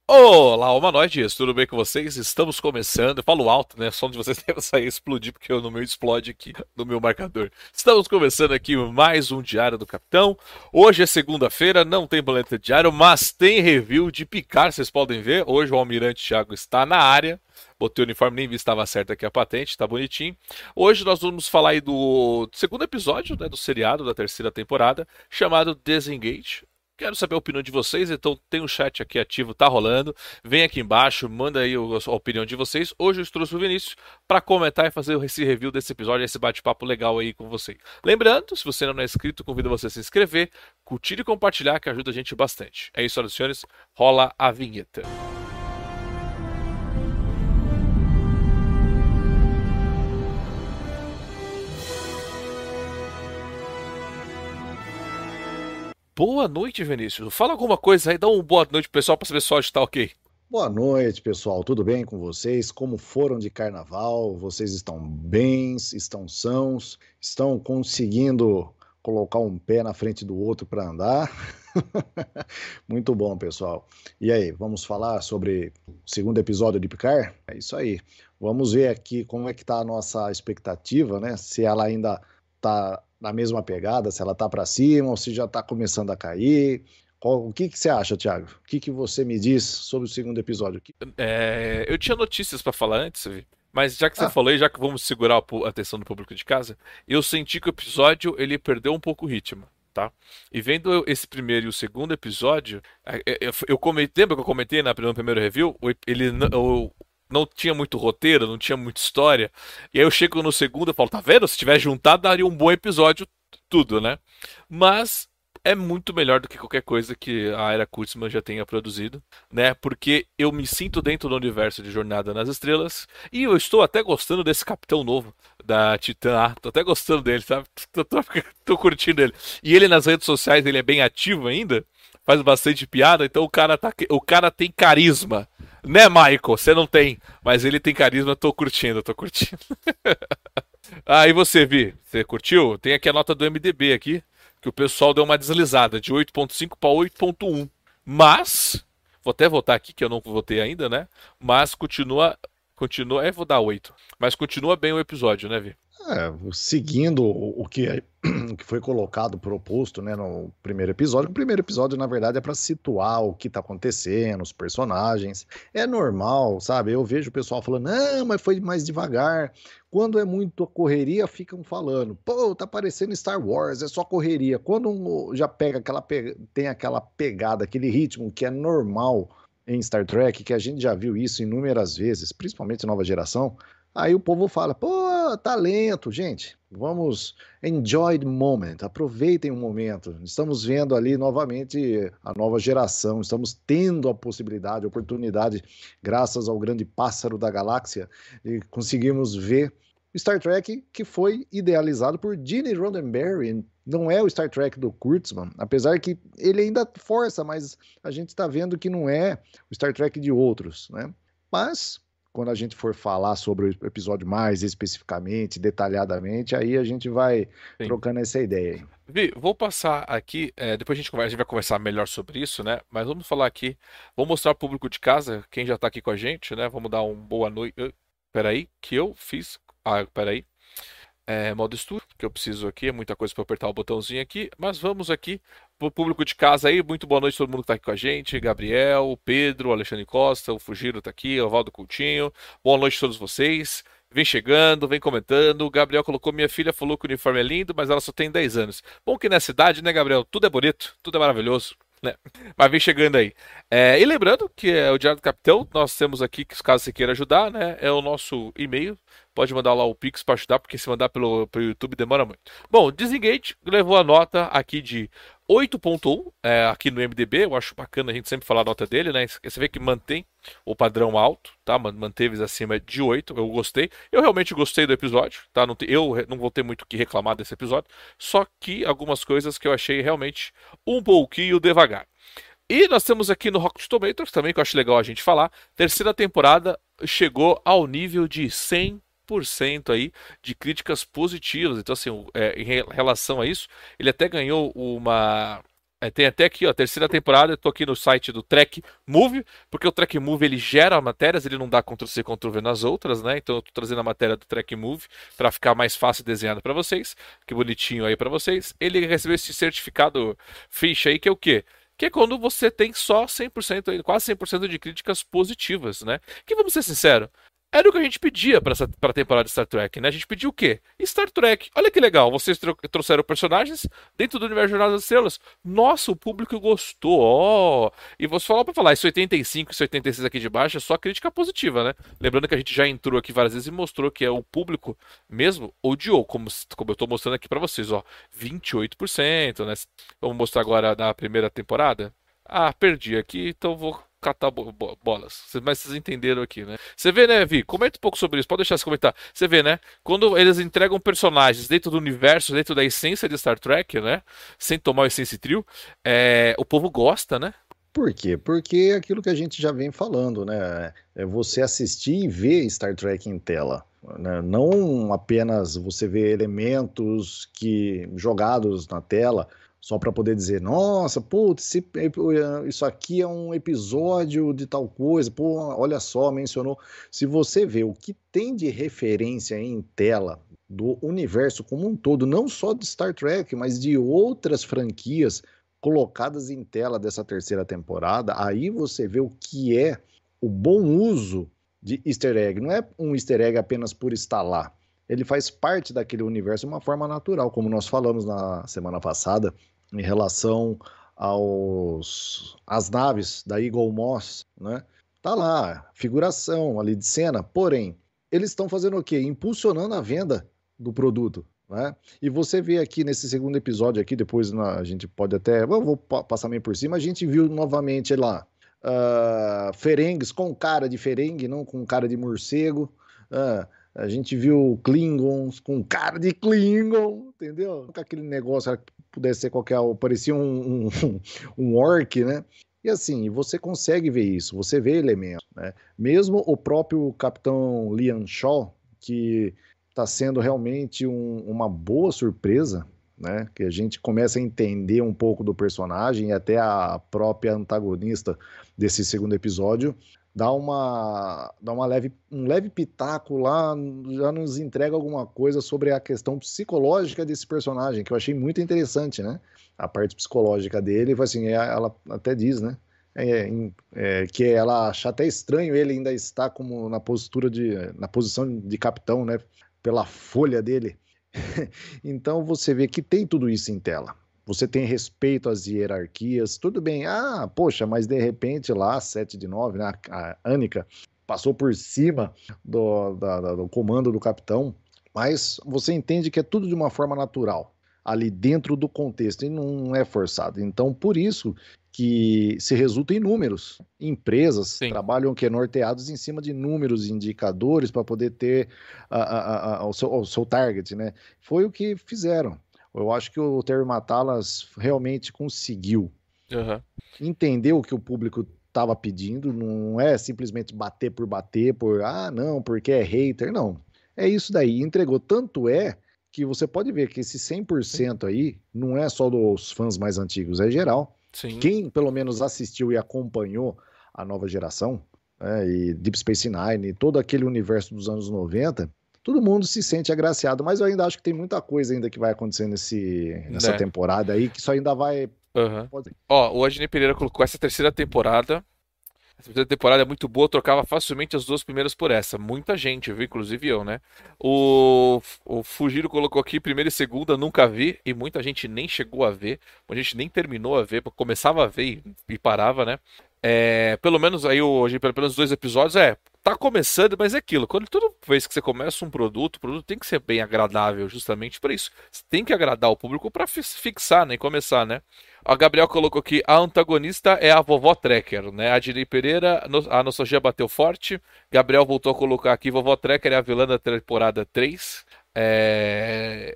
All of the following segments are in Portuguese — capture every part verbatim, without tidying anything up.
Olá, humanoides, tudo bem com vocês? Estamos começando, eu falo alto, né? O som de vocês deve sair explodir, porque no meu explode aqui no meu marcador. Estamos começando aqui mais um Diário do Capitão. Hoje é segunda-feira, não tem boleto diário, mas tem review de Picard, vocês podem ver. Hoje o Almirante Thiago está na área. Botei o uniforme, nem vi se estava certo aqui a patente, tá bonitinho. Hoje nós vamos falar aí do segundo episódio, né, do seriado da terceira temporada, chamado Disengage. Quero saber a opinião de vocês, então tem um chat aqui ativo, tá rolando. Vem aqui embaixo, manda aí a opinião de vocês. Hoje eu trouxe o Vinícius para comentar e fazer esse review desse episódio, esse bate-papo legal aí com vocês. Lembrando, se você não é inscrito, convido você a se inscrever, curtir e compartilhar, que ajuda a gente bastante. É isso, senhoras e senhores, rola a vinheta. Boa noite, Vinícius. Fala alguma coisa aí, dá uma boa noite pro pessoal para saber se o áudio tá ok. Boa noite, pessoal. Tudo bem com vocês? Como foram de carnaval? Vocês estão bens? Estão sãos? Estão conseguindo colocar um pé na frente do outro para andar? Muito bom, pessoal. E aí, vamos falar sobre o segundo episódio de Picard? É isso aí. Vamos ver aqui como é que tá a nossa expectativa, né? Se ela ainda tá na mesma pegada, se ela tá para cima ou se já tá começando a cair. Qual- O que que você acha, Thiago? O que que você me diz sobre o segundo episódio? É, eu tinha notícias para falar antes, Vi, mas já que você Ah, falou, e já que vamos segurar a pu- a atenção do público de casa, eu senti que o episódio ele perdeu um pouco o ritmo, tá? E vendo eu- esse primeiro e o segundo episódio, é, é, eu, eu comentei, lembra que eu comentei na, no primeiro review? O ep- Ele n- o- não tinha muito roteiro, não tinha muita história. E aí eu chego no segundo e falo, tá vendo? Se tivesse juntado, daria um bom episódio, tudo, né? Mas é muito melhor do que qualquer coisa que a Era Kurtzman já tenha produzido, né? Porque eu me sinto dentro do universo de Jornada nas Estrelas e eu estou até gostando desse capitão novo da Titã A. Tô até gostando dele, sabe? Tô, tô, tô curtindo ele. E ele nas redes sociais, ele é bem ativo ainda, faz bastante piada, então o cara, tá, o cara tem carisma. Né, Michael? Você não tem, mas ele tem carisma, tô curtindo, tô curtindo. Ah, e você, Vi? Você curtiu? Tem aqui a nota do M D B aqui, que o pessoal deu uma deslizada de oito ponto cinco para oito ponto um. Mas, vou até votar aqui, que eu não votei ainda, né? Mas continua, continua, é, vou dar oito. Mas continua bem o episódio, né, Vi? é, seguindo o o que, é- o que foi colocado, proposto, né, no primeiro episódio. O primeiro episódio, na verdade, é para situar o que está acontecendo, os personagens. É normal, sabe? Eu vejo o pessoal falando, não, mas foi mais devagar. Quando é muito correria, ficam falando, pô, tá parecendo Star Wars, é só correria. Quando um já pega aquela, pe- tem aquela pegada, aquele ritmo que é normal em Star Trek, que a gente já viu isso inúmeras vezes, principalmente nova geração. Aí o povo fala, pô, tá lento, gente. Vamos enjoy the moment, aproveitem o momento. Estamos vendo ali novamente a nova geração, estamos tendo a possibilidade, a oportunidade, graças ao grande pássaro da galáxia, de conseguirmos ver Star Trek que foi idealizado por Gene Roddenberry. Não é o Star Trek do Kurtzman, apesar que ele ainda força, mas a gente está vendo que não é o Star Trek de outros, né? Mas quando a gente for falar sobre o episódio mais especificamente, detalhadamente, aí a gente vai Sim. trocando essa ideia aí. Vi, vou passar aqui, é, depois a gente, conversa, a gente vai conversar melhor sobre isso, né? Mas vamos falar aqui, vou mostrar ao público de casa, quem já tá aqui com a gente, né? Vamos dar um boa noite. Eh, Peraí, que eu fiz. Ah, peraí. É, modo estudo, que eu preciso aqui, é muita coisa para apertar o botãozinho aqui, mas vamos aqui pro público de casa aí, muito boa noite a todo mundo que tá aqui com a gente, Gabriel, o Pedro, o Alexandre Costa, o Fugiro tá aqui, o Valdo Coutinho, boa noite a todos vocês, vem chegando, vem comentando, o Gabriel colocou, minha filha falou que o uniforme é lindo, mas ela só tem dez anos, bom que nessa idade, né, Gabriel, tudo é bonito, tudo é maravilhoso, né? Mas vem chegando aí. É, e lembrando que é o Diário do Capitão, nós temos aqui, que caso você queira ajudar, né, é o nosso e-mail, pode mandar lá o Pix para ajudar, porque se mandar pelo, pelo YouTube demora muito. Bom, Disengage levou a nota aqui de oito ponto um, é, aqui no M D B. Eu acho bacana a gente sempre falar a nota dele, né? Você vê que mantém o padrão alto, tá? Manteve acima de oito. Eu gostei. Eu realmente gostei do episódio, tá? Não te- eu não vou ter muito o que reclamar desse episódio. Só que algumas coisas que eu achei realmente um pouquinho devagar. E nós temos aqui no Rocket Tomatoes, também que eu acho legal a gente falar, terceira temporada chegou ao nível de cem por cento aí de críticas positivas. Então, assim, é, em relação a isso, ele até ganhou uma É, tem até aqui, ó, terceira temporada, eu tô aqui no site do Track Move, porque o Track Move ele gera matérias, ele não dá Ctrl C, Ctrl V nas outras, né? Então eu tô trazendo a matéria do Track Move para ficar mais fácil desenhado para vocês, que bonitinho aí para vocês. Ele recebeu esse certificado ficha aí, que é o quê? Que é quando você tem só cem por cento, quase cem por cento de críticas positivas, né? Que vamos ser sinceros, era o que a gente pedia para a temporada de Star Trek, né? A gente pediu o quê? Star Trek. Olha que legal, vocês tro trouxeram personagens dentro do universo Jornada das Estrelas. Nossa, o público gostou, ó. Oh. E você falou para falar, esse oitenta e cinco, esse oitenta e seis aqui de baixo é só crítica positiva, né? Lembrando que a gente já entrou aqui várias vezes e mostrou que é o público mesmo odiou, como, como eu tô mostrando aqui para vocês, ó. vinte e oito por cento, né? Vamos mostrar agora na primeira temporada. Ah, perdi aqui, então vou catar bo bo bolas. Mas vocês entenderam aqui, né? Você vê, né, Vi? Comenta um pouco sobre isso. Pode deixar você comentar. Você vê, né? Quando eles entregam personagens dentro do universo, dentro da essência de Star Trek, né? Sem tomar o Essence Trio, é... o povo gosta, né? Por quê? Porque é aquilo que a gente já vem falando, né? É você assistir e ver Star Trek em tela, né? Não apenas você ver elementos que jogados na tela só para poder dizer, nossa, putz, isso aqui é um episódio de tal coisa, pô, olha só, mencionou. Se você vê o que tem de referência em tela do universo como um todo, não só de Star Trek, mas de outras franquias colocadas em tela dessa terceira temporada, aí você vê o que é o bom uso de easter egg. Não é um easter egg apenas por estar lá. Ele faz parte daquele universo de uma forma natural, como nós falamos na semana passada, em relação aos às naves da Eagle Moss, né? Tá lá, figuração ali de cena, porém, eles estão fazendo o quê? Impulsionando a venda do produto, né? E você vê aqui nesse segundo episódio aqui, depois na, a gente pode até, eu vou passar meio por cima, a gente viu novamente lá uh, Ferengues com cara de Ferengue, não com cara de morcego. Uh, a gente viu Klingons com cara de Klingon, entendeu? Com aquele negócio que pudesse ser qualquer, parecia um, um, um orc, né? E assim, você consegue ver isso, você vê elementos, né? Mesmo o próprio Capitão Lian Shaw, que está sendo realmente um, uma boa surpresa, né? Que a gente começa a entender um pouco do personagem e até a própria antagonista desse segundo episódio dá uma, dá uma leve, um leve pitaco lá, já nos entrega alguma coisa sobre a questão psicológica desse personagem, que eu achei muito interessante, né? A parte psicológica dele, assim, ela até diz, né? É, é, que ela acha até estranho ele ainda estar como na postura de, na posição de capitão, né? Pela folha dele. Então você vê que tem tudo isso em tela. Você tem respeito às hierarquias, tudo bem. Ah, poxa, mas de repente lá, sete de nove, né, a Annika passou por cima do, da, do comando do capitão, mas você entende que é tudo de uma forma natural, ali dentro do contexto, e não é forçado. Então, por isso que se resulta em números. Empresas Sim. trabalham que norteados em cima de números, indicadores, para poder ter a, a, a, o, seu, o seu target, né? Foi o que fizeram. Eu acho que o Terry Matalas realmente conseguiu uhum. entender o que o público estava pedindo, não é simplesmente bater por bater, por, ah, não, porque é hater, não. É isso daí, entregou. Tanto é que você pode ver que esse cem por cento aí não é só dos fãs mais antigos, é geral. Sim. Quem pelo menos assistiu e acompanhou a nova geração, né, e Deep Space Nine, e todo aquele universo dos anos noventa, todo mundo se sente agraciado, mas eu ainda acho que tem muita coisa ainda que vai acontecer nesse, nessa né. temporada aí, que isso ainda vai... Uhum. Pode... Ó, o Adnei Pereira colocou essa terceira temporada. Essa terceira temporada é muito boa, trocava facilmente as duas primeiras por essa. Muita gente, viu? Inclusive eu, né? O, o Fujiro colocou aqui primeira e segunda, nunca vi, e muita gente nem chegou a ver, a gente nem terminou a ver, começava a ver e, e parava, né? É, pelo menos aí hoje, pelo menos dois episódios, é, tá começando, mas é aquilo, quando toda vez que você começa um produto, o produto tem que ser bem agradável, justamente por isso. Você tem que agradar o público pra fixar, né, e começar, né? A Gabriel colocou aqui, a antagonista é a vovó Trekker, né? A Direi Pereira, a nostalgia bateu forte. Gabriel voltou a colocar aqui, vovó Trekker é a vilã da temporada três. É...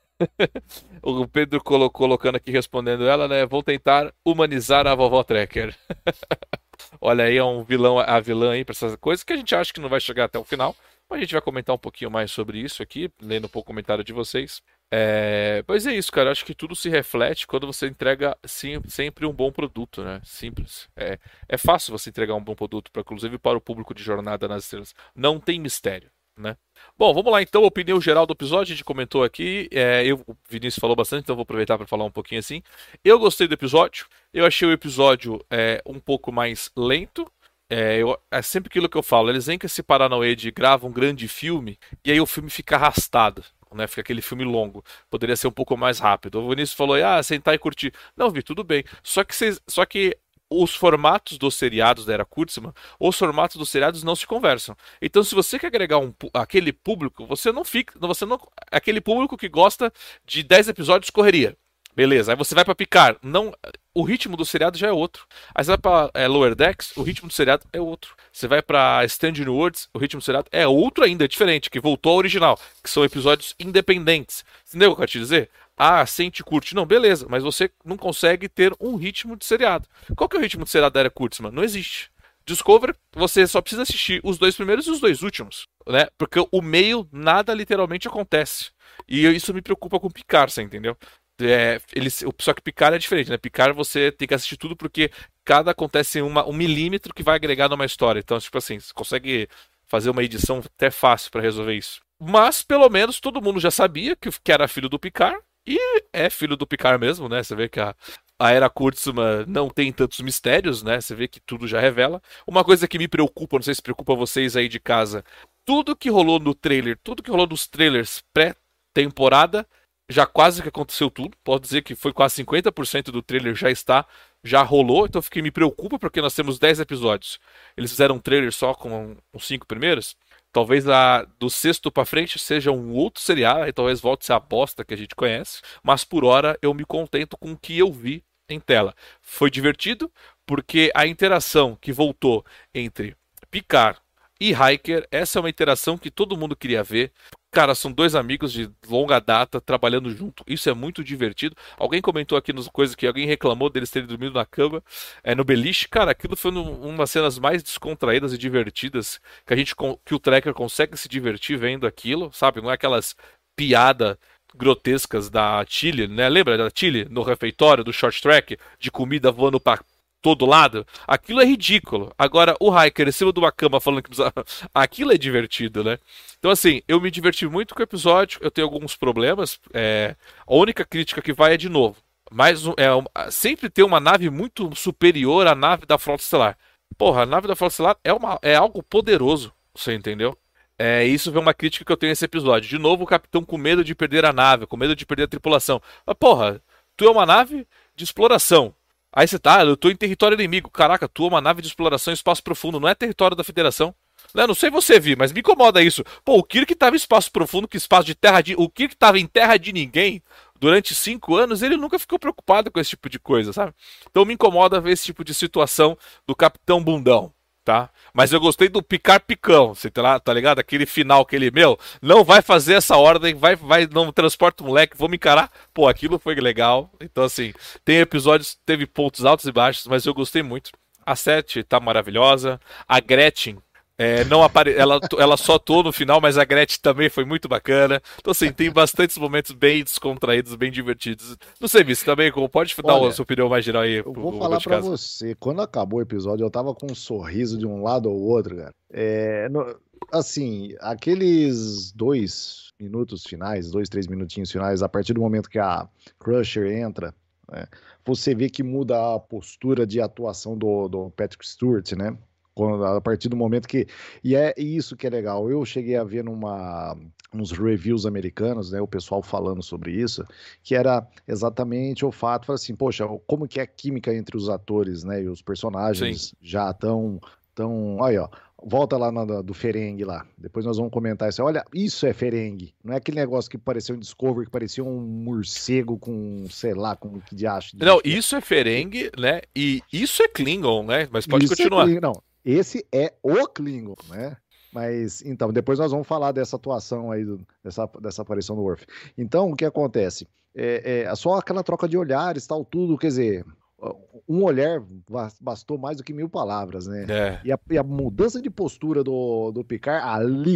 O Pedro colo colocando aqui, respondendo ela, né? Vou tentar humanizar a vovó Trekker. Olha aí, é um vilão, a vilã aí pra essas coisas que a gente acha que não vai chegar até o final. Mas a gente vai comentar um pouquinho mais sobre isso aqui, lendo um pouco o comentário de vocês. É, Mas é isso, cara. Acho que tudo se reflete quando você entrega sim, sempre um bom produto, né? Simples. É, é fácil você entregar um bom produto, pra, inclusive para o público de Jornada nas Estrelas. Não tem mistério, né? Bom, vamos lá então. Opinião geral do episódio. A gente comentou aqui. É, eu, o Vinícius falou bastante, então vou aproveitar para falar um pouquinho assim. Eu gostei do episódio. Eu achei o episódio é, um pouco mais lento. É, eu- é sempre aquilo que eu falo. Eles vêm com esse Paranauê de gravam um grande filme e aí o filme fica arrastado. Né, fica aquele filme longo. Poderia ser um pouco mais rápido. O Vinícius falou, ah, sentar e curtir. Não, Vi, tudo bem. Só que, vocês, só que os formatos dos seriados da Era Kurtzman, os formatos dos seriados não se conversam. Então, se você quer agregar um, pu- aquele público, você não fica. Você não, aquele público que gosta de dez episódios correria. Beleza, aí você vai pra Picar. Não, o ritmo do seriado já é outro. Aí você vai pra é, Lower Decks, o ritmo do seriado é outro. Você vai pra Stand Words, o ritmo do seriado é outro ainda, é diferente, que voltou ao original, que são episódios independentes. Entendeu o que eu quero te dizer? Ah, sente curte. Não, beleza, mas você não consegue ter um ritmo de seriado. Qual que é o ritmo de seriado da Era Kurtzman? Não existe. Discovery, você só precisa assistir os dois primeiros e os dois últimos, né? Porque o meio nada literalmente acontece. E isso me preocupa com Picard, você entendeu? É, ele, só que Picard é diferente, né? Picard você tem que assistir tudo porque cada acontece em uma, um milímetro que vai agregar numa história. Então, tipo assim, você consegue fazer uma edição até fácil para resolver isso. Mas, pelo menos, todo mundo já sabia que, que era filho do Picard. E é filho do Picard mesmo, né? Você vê que a, a Era Kurtzman não tem tantos mistérios, né? Você vê que tudo já revela. Uma coisa que me preocupa, não sei se preocupa vocês aí de casa, tudo que rolou no trailer, tudo que rolou nos trailers pré-temporada, já quase que aconteceu tudo. Pode dizer que foi quase cinquenta por cento do trailer já está, já rolou. Então fiquei me preocupa porque nós temos dez episódios. Eles fizeram um trailer só com os cinco primeiros. Talvez a, do sexto pra frente seja um outro seriado, e talvez volte a ser a bosta que a gente conhece. Mas por hora eu me contento com o que eu vi em tela. Foi divertido porque a interação que voltou entre Picard e Hiker, essa é uma interação que todo mundo queria ver. Cara, são dois amigos de longa data trabalhando junto. Isso é muito divertido. Alguém comentou aqui nos coisas que alguém reclamou deles terem dormido na cama, é, no beliche. Cara, aquilo foi um, uma das cenas mais descontraídas e divertidas que a gente que o Tracker consegue se divertir vendo aquilo, sabe? Não é aquelas piadas grotescas da Tilly, né? Lembra da Tilly no refeitório do Short Track de comida voando para todo lado? Aquilo é ridículo. Agora, o Hiker em cima de uma cama falando que precisa... aquilo é divertido, né? Então, assim, eu me diverti muito com o episódio. Eu tenho alguns problemas. É... A única crítica que vai é de novo. Mas é, sempre tem uma nave muito superior à nave da Frota Estelar. Porra, a nave da Frota Estelar é, uma, é algo poderoso. Você entendeu? É, isso foi uma crítica que eu tenho nesse episódio. De novo, o capitão com medo de perder a nave, com medo de perder a tripulação. Mas, porra, tu é uma nave de exploração. Aí você tá, eu tô em território inimigo. Caraca, tu é uma nave de exploração em espaço profundo, não é território da Federação. Né? Não sei você, Vi, mas me incomoda isso. Pô, o Kirk tava em espaço profundo, que espaço de terra de. O Kirk tava em terra de ninguém durante cinco anos, ele nunca ficou preocupado com esse tipo de coisa, sabe? Então me incomoda ver esse tipo de situação do Capitão Bundão. Tá? Mas eu gostei do picar picão, você tá, lá, tá ligado? Aquele final que ele, meu, não vai fazer essa ordem, vai, vai, não transporta o moleque, vou me encarar. Pô, aquilo foi legal. Então, assim, tem episódios, teve pontos altos e baixos, mas eu gostei muito. A Sete tá maravilhosa. A Gretchen, é, não apare... ela, ela só atuou no final, mas a Gretchen também foi muito bacana. Então, assim, tem bastantes momentos bem descontraídos, bem divertidos. Não sei, Vice, também, como pode dar a Olha, sua opinião mais geral aí eu pro vou público falar de pra casa? você, quando acabou o episódio, eu tava com um sorriso de um lado ao outro, cara. É, no- assim, aqueles dois minutos finais, dois, três minutinhos finais, a partir do momento que a Crusher entra, né, você vê que muda a postura de atuação do, do Patrick Stewart, né? Quando- a partir do momento que. E é isso que é legal. Eu cheguei a ver numa, uns reviews americanos, né? O pessoal falando sobre isso, que era exatamente o fato, fala assim, poxa, como que é a química entre os atores, né, e os Sim. personagens já tão, tão, aí, ó, volta lá na, do Ferengue lá, depois nós vamos comentar isso, olha, isso é Ferengue, não é aquele negócio que parecia um Discovery, que parecia um morcego com, sei lá, com que diacho de Não, bicho que é. isso é Ferengue, né? E isso é Klingon, né? Mas pode Isso é continuar. Klingon, não, esse é o Klingon, né? Mas, então, depois nós vamos falar dessa atuação aí, do- dessa, dessa aparição do Worf. Então, o que acontece? É, é só aquela troca de olhares, tal, tudo, quer dizer, um olhar bastou mais do que mil palavras, né? É. E a, e a mudança de postura do, do Picard ali,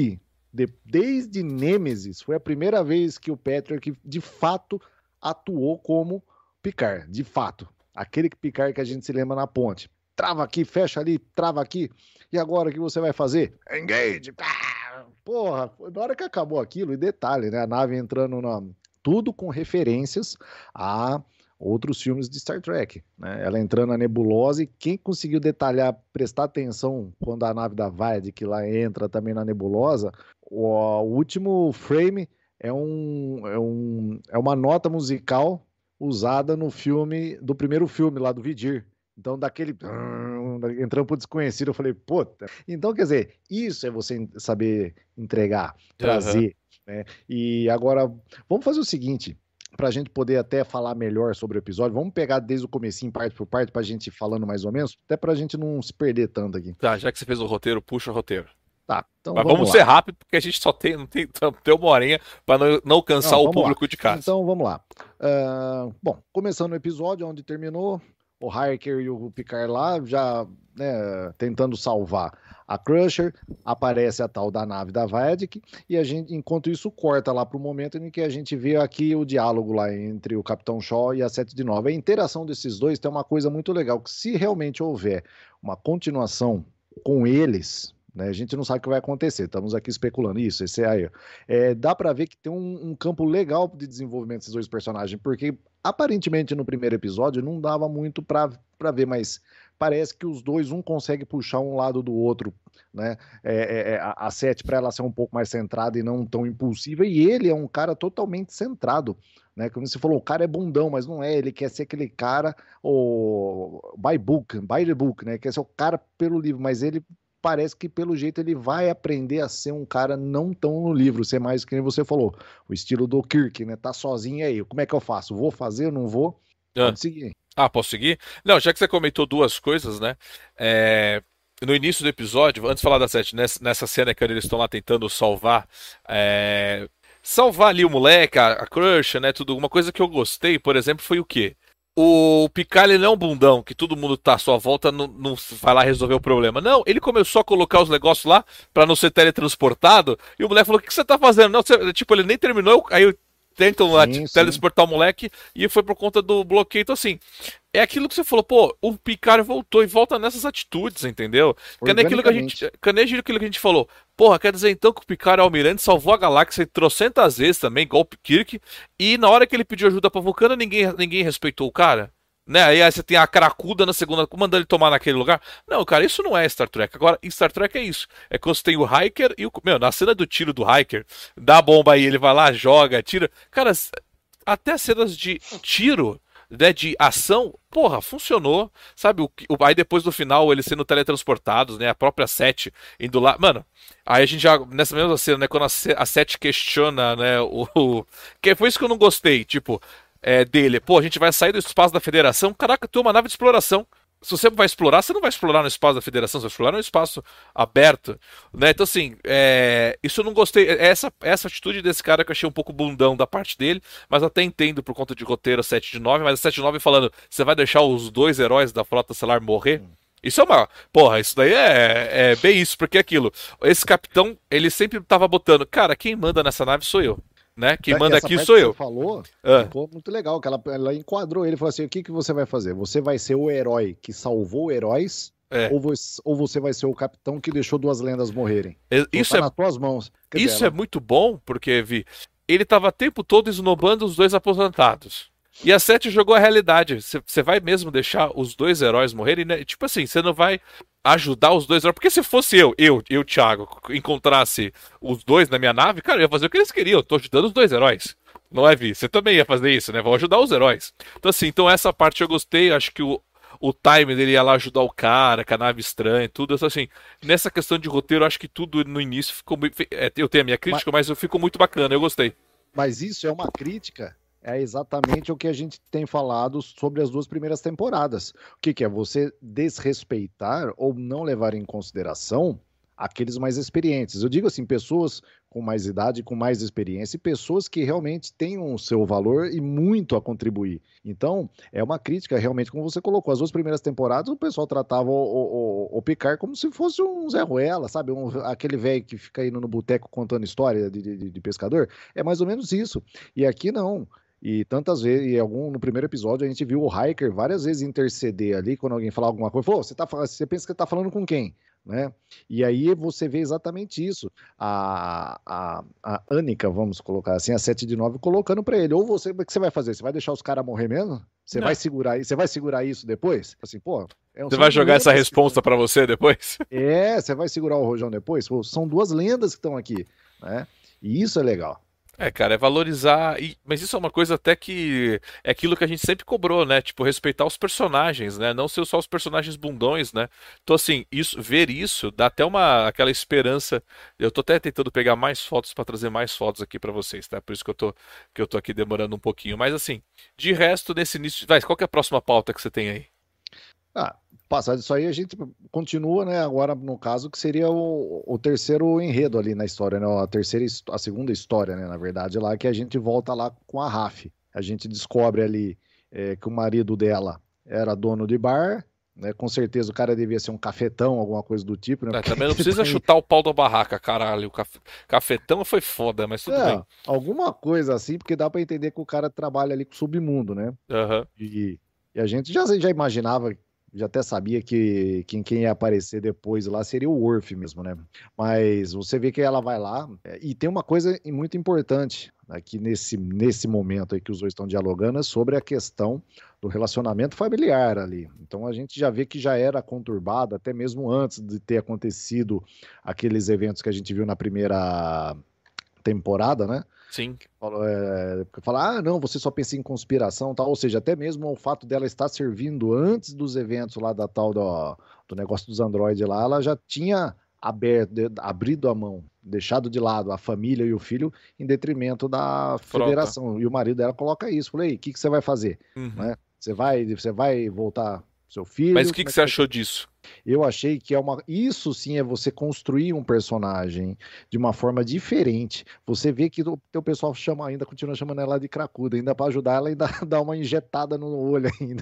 De, desde Nemesis, foi a primeira vez que o Patrick, de fato, atuou como Picard, de fato. Aquele Picard que a gente se lembra na ponte. Trava aqui, fecha ali, trava aqui. E agora o que você vai fazer? Engage! Porra, na hora que acabou aquilo, e detalhe, né? A nave entrando na... Tudo com referências a outros filmes de Star Trek, né? Ela entrando na nebulosa, e quem conseguiu detalhar, prestar atenção quando a nave da Vaid, que lá entra também na nebulosa, o, o último frame é, um, é, um, é uma nota musical usada no filme, do primeiro filme lá do Vidir. Então, daquele... entrando pro desconhecido, eu falei, puta. Então, quer dizer, isso é você saber entregar, trazer, uhum. né? E agora, vamos fazer o seguinte, pra gente poder até falar melhor sobre o episódio, vamos pegar desde o comecinho, parte por parte, pra gente ir falando mais ou menos, até pra gente não se perder tanto aqui. Tá, já que você fez o roteiro, puxa o roteiro. Tá, então Mas vamos, vamos lá. ser rápido, porque a gente só tem, não tem, tem uma horinha para não, não cansar não, o público lá. de casa. Então vamos lá. Uh, bom, começando o episódio onde terminou, o Riker e o Picard lá já, né, tentando salvar a Crusher, aparece a tal da nave da Vadic, e a gente, enquanto isso, corta lá para o momento em que a gente vê aqui o diálogo lá entre o Capitão Shaw e a sete de nove. A interação desses dois tem uma coisa muito legal, que se realmente houver uma continuação com eles... né, a gente não sabe o que vai acontecer, estamos aqui especulando isso, esse aí. É, dá pra ver que tem um, um campo legal de desenvolvimento desses dois personagens, porque aparentemente no primeiro episódio não dava muito pra, pra ver, mas parece que os dois, um consegue puxar um lado do outro, né? É, é, a Sete, pra ela ser um pouco mais centrada e não tão impulsiva, e ele é um cara totalmente centrado, né? Como você falou, o cara é bundão, mas não é, ele quer ser aquele cara, o by book, by the book, né? Quer ser o cara pelo livro, mas ele parece que pelo jeito ele vai aprender a ser um cara não tão no livro, ser mais que nem você falou, o estilo do Kirk, né? Tá sozinho aí, como é que eu faço? Vou fazer, não vou? Ah. Pode seguir. Ah, posso seguir? Não, já que você comentou duas coisas, né? É... No início do episódio, antes de falar da Sete, nessa, nessa cena que eles estão lá tentando salvar, é... salvar ali o moleque, a, a crush, né? Tudo. Uma coisa que eu gostei, por exemplo, foi o quê? O Picard, ele não é um bundão, que todo mundo tá à sua volta, não, não vai lá resolver o problema. Não, ele começou a colocar os negócios lá pra não ser teletransportado, e o moleque falou, o que, que você tá fazendo? Não, você... tipo, ele nem terminou, aí tentam lá teletransportar o moleque, e foi por conta do bloqueio. Então, assim, é aquilo que você falou, pô, o Picard voltou e volta nessas atitudes, entendeu? Cadê aquilo que a gente, cadê aquilo que a gente falou? Porra, quer dizer então que o Picard Almirante salvou a galáxia trocentas vezes também, igual o Kirk, e na hora que ele pediu ajuda pra Vulcana, ninguém, ninguém respeitou o cara? Né? Aí, aí você tem a cracuda na segunda, mandando ele tomar naquele lugar. Não, cara, isso não é Star Trek. Agora, em Star Trek é isso. É quando você tem o Riker e o... Meu, na cena do tiro do Riker, dá a bomba aí, ele vai lá, joga, tira. Cara, até cenas de tiro, né, de ação, porra, funcionou. Sabe, o, o, aí depois do final, eles sendo teletransportados, né, a própria Sete indo lá. Mano, aí a gente já, nessa mesma cena, né, quando a, a Sete questiona, né, o, o... Que foi isso que eu não gostei, tipo... É, dele, pô, a gente vai sair do espaço da Federação. Caraca, tu é uma nave de exploração. Se você vai explorar, você não vai explorar no espaço da Federação, você vai explorar no espaço aberto, né? Então, assim, é... isso eu não gostei. Essa, essa atitude desse cara que eu achei um pouco bundão da parte dele, mas até entendo por conta de roteiro sete de nove, mas a sete de nove falando, você vai deixar os dois heróis da Frota Estelar morrer? Isso é uma... Porra, isso daí é, é bem isso, porque é aquilo. Esse capitão, ele sempre tava botando, cara, quem manda nessa nave sou eu. Né? Quem manda essa aqui parte sou que eu. Você falou, ah. ficou muito legal, que ela, ela enquadrou ele e falou assim, o que, que você vai fazer? Você vai ser o herói que salvou heróis é. ou, você, ou você vai ser o capitão que deixou duas lendas morrerem? É, isso tá é nas tuas mãos. Quer isso dizer, ela... é muito bom, porque, Vi, ele tava o tempo todo esnobando os dois aposentados. E a Sete jogou a realidade. Você vai mesmo deixar os dois heróis morrerem, né? Tipo assim, você não vai ajudar os dois heróis. Porque se fosse eu, eu, eu, Thiago, encontrasse os dois na minha nave, cara, eu ia fazer o que eles queriam. Eu tô ajudando os dois heróis. Não é, Vi? Você também ia fazer isso, né? Vão ajudar os heróis. Então, assim, então essa parte eu gostei. Acho que o, o time dele ia lá ajudar o cara, com a nave estranha e tudo. Então, assim, nessa questão de roteiro, acho que tudo no início ficou muito... Eu tenho a minha crítica, mas, mas ficou muito bacana. Eu gostei. Mas isso é uma crítica... É exatamente o que a gente tem falado sobre as duas primeiras temporadas. O que, que é? Você desrespeitar ou não levar em consideração aqueles mais experientes. Eu digo assim, pessoas com mais idade, com mais experiência, e pessoas que realmente têm o seu valor e muito a contribuir. Então, é uma crítica, realmente, como você colocou. As duas primeiras temporadas, o pessoal tratava o, o, o, o Picard como se fosse um Zé Ruela, sabe? Um, aquele velho que fica indo no boteco contando história de, de, de pescador. É mais ou menos isso. E aqui não. E tantas vezes, e algum, no primeiro episódio, a gente viu o Hiker várias vezes interceder ali, quando alguém falar alguma coisa. Falou, você, tá, você pensa que tá falando com quem? Né? E aí você vê exatamente isso. A, a, a Annika, vamos colocar assim, a sete de nove, colocando para ele. Ou você, o que você vai fazer? Você vai deixar os caras morrer mesmo? Você vai segurar, você vai segurar isso depois? Assim, pô, é um, você vai jogar essa resposta para você depois? É, você vai segurar o rojão depois? Pô, são duas lendas que estão aqui, né? E isso é legal. É, cara, é valorizar. E... Mas isso é uma coisa até que é aquilo que a gente sempre cobrou, né? Tipo, respeitar os personagens, né? Não ser só os personagens bundões, né? Então, assim, isso, ver isso dá até uma aquela esperança. Eu tô até tentando pegar mais fotos para trazer mais fotos aqui para vocês, tá? Por isso que eu tô, que eu tô aqui demorando um pouquinho. Mas, assim, de resto, nesse início. Vai, qual que é a próxima pauta que você tem aí? Ah, passar disso aí, a gente continua, né? Agora, no caso, que seria o, o terceiro enredo ali na história, né? A terceira, a segunda história, né? Na verdade, lá que a gente volta lá com a Raf. A gente descobre ali é, que o marido dela era dono de bar, né? Com certeza o cara devia ser um cafetão, alguma coisa do tipo, né? É, também não precisa chutar o pau da barraca, caralho. O caf... cafetão foi foda, mas tudo é, bem. alguma coisa assim, porque dá pra entender que o cara trabalha ali com o submundo, né? Uhum. E, e a gente já, já imaginava, já até sabia que, que quem ia aparecer depois lá seria o Worf mesmo, né? Mas você vê que ela vai lá, e tem uma coisa muito importante aqui nesse, nesse momento aí que os dois estão dialogando, é sobre a questão do relacionamento familiar ali. Então a gente já vê que já era conturbado, até mesmo antes de ter acontecido aqueles eventos que a gente viu na primeira temporada, né? Sim. É, falar, ah, não, você só pensa em conspiração, tal. Ou seja, até mesmo o fato dela estar servindo antes dos eventos lá da tal do, do negócio dos androides lá, ela já tinha aberto, abrido a mão, deixado de lado a família e o filho em detrimento da Frota. federação. E o marido dela coloca isso. Falei, o que, que você vai fazer? Uhum. Né? Você vai, você vai voltar seu filho? Mas o que, que é você achou disso? Eu achei que é uma. Isso sim é você construir um personagem de uma forma diferente. Você vê que o teu pessoal chama ainda, continua chamando ela de cracuda, ainda para ajudar ela ainda dar uma injetada no olho ainda,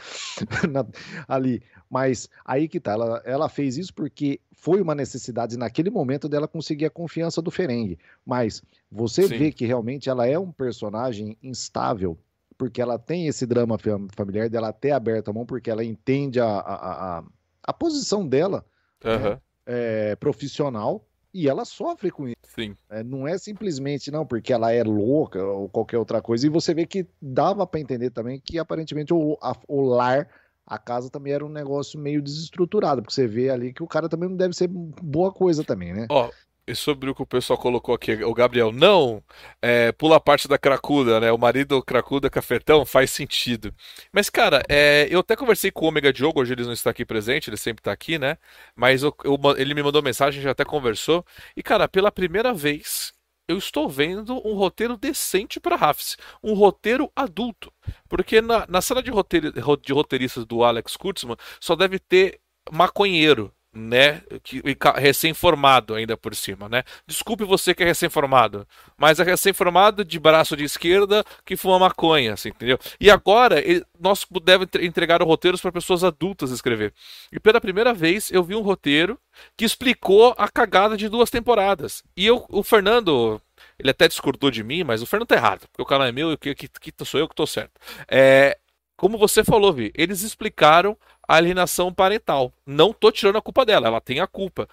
né? Na, ali. Mas aí que tá, ela, ela fez isso porque foi uma necessidade naquele momento dela conseguir a confiança do Ferengue. Mas você Sim. vê que realmente ela é um personagem instável, porque ela tem esse drama familiar dela ter aberto a mão, porque ela entende a, a, a a posição dela, uhum. né, é, profissional, e ela sofre com isso. Sim. É, não é simplesmente não porque ela é louca ou qualquer outra coisa. E você vê que dava para entender também que aparentemente o, a, o lar, a casa também era um negócio meio desestruturado, porque você vê ali que o cara também não deve ser boa coisa também, né? Ó, e sobre o que o pessoal colocou aqui, o Gabriel, não, é, pula a parte da cracuda, né? O marido cracuda cafetão faz sentido. Mas, cara, é, eu até conversei com o Ômega Diogo, hoje ele não está aqui presente, ele sempre está aqui, né? Mas eu, eu, ele me mandou mensagem, já até conversou. E, cara, pela primeira vez, eu estou vendo um roteiro decente para Rafts. Um roteiro adulto. Porque na, na sala de, roteiro, de roteiristas do Alex Kurtzman, só deve ter maconheiro, né, que, recém-formado ainda por cima, né? Desculpe você que é recém-formado, mas é recém-formado de braço de esquerda que fuma maconha, assim, entendeu? E agora ele, nós devemos entregar roteiros para pessoas adultas escrever. E pela primeira vez eu vi um roteiro que explicou a cagada de duas temporadas. E eu, o Fernando, ele até discordou de mim, mas o Fernando tá errado, porque o canal é meu e que, que, que sou eu que tô certo. É, como você falou, Vi, eles explicaram a alienação parental. Não tô tirando a culpa dela, ela tem a culpa.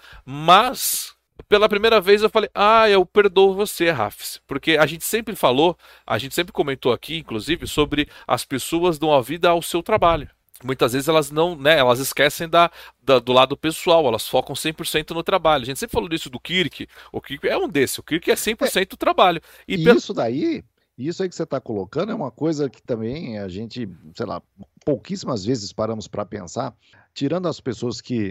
Mas, pela primeira vez eu falei, ah, eu perdoo você, Rafs. Porque a gente sempre falou, a gente sempre comentou aqui, inclusive, sobre as pessoas dão a vida ao seu trabalho. Muitas vezes elas não, né, elas esquecem da, da, do lado pessoal, elas focam cem por cento no trabalho. A gente sempre falou disso do Kirk, o Kirk é um desses, o Kirk é cem por cento do trabalho. E, e isso daí... Isso aí que você está colocando é uma coisa que também a gente, sei lá, pouquíssimas vezes paramos para pensar, tirando as pessoas que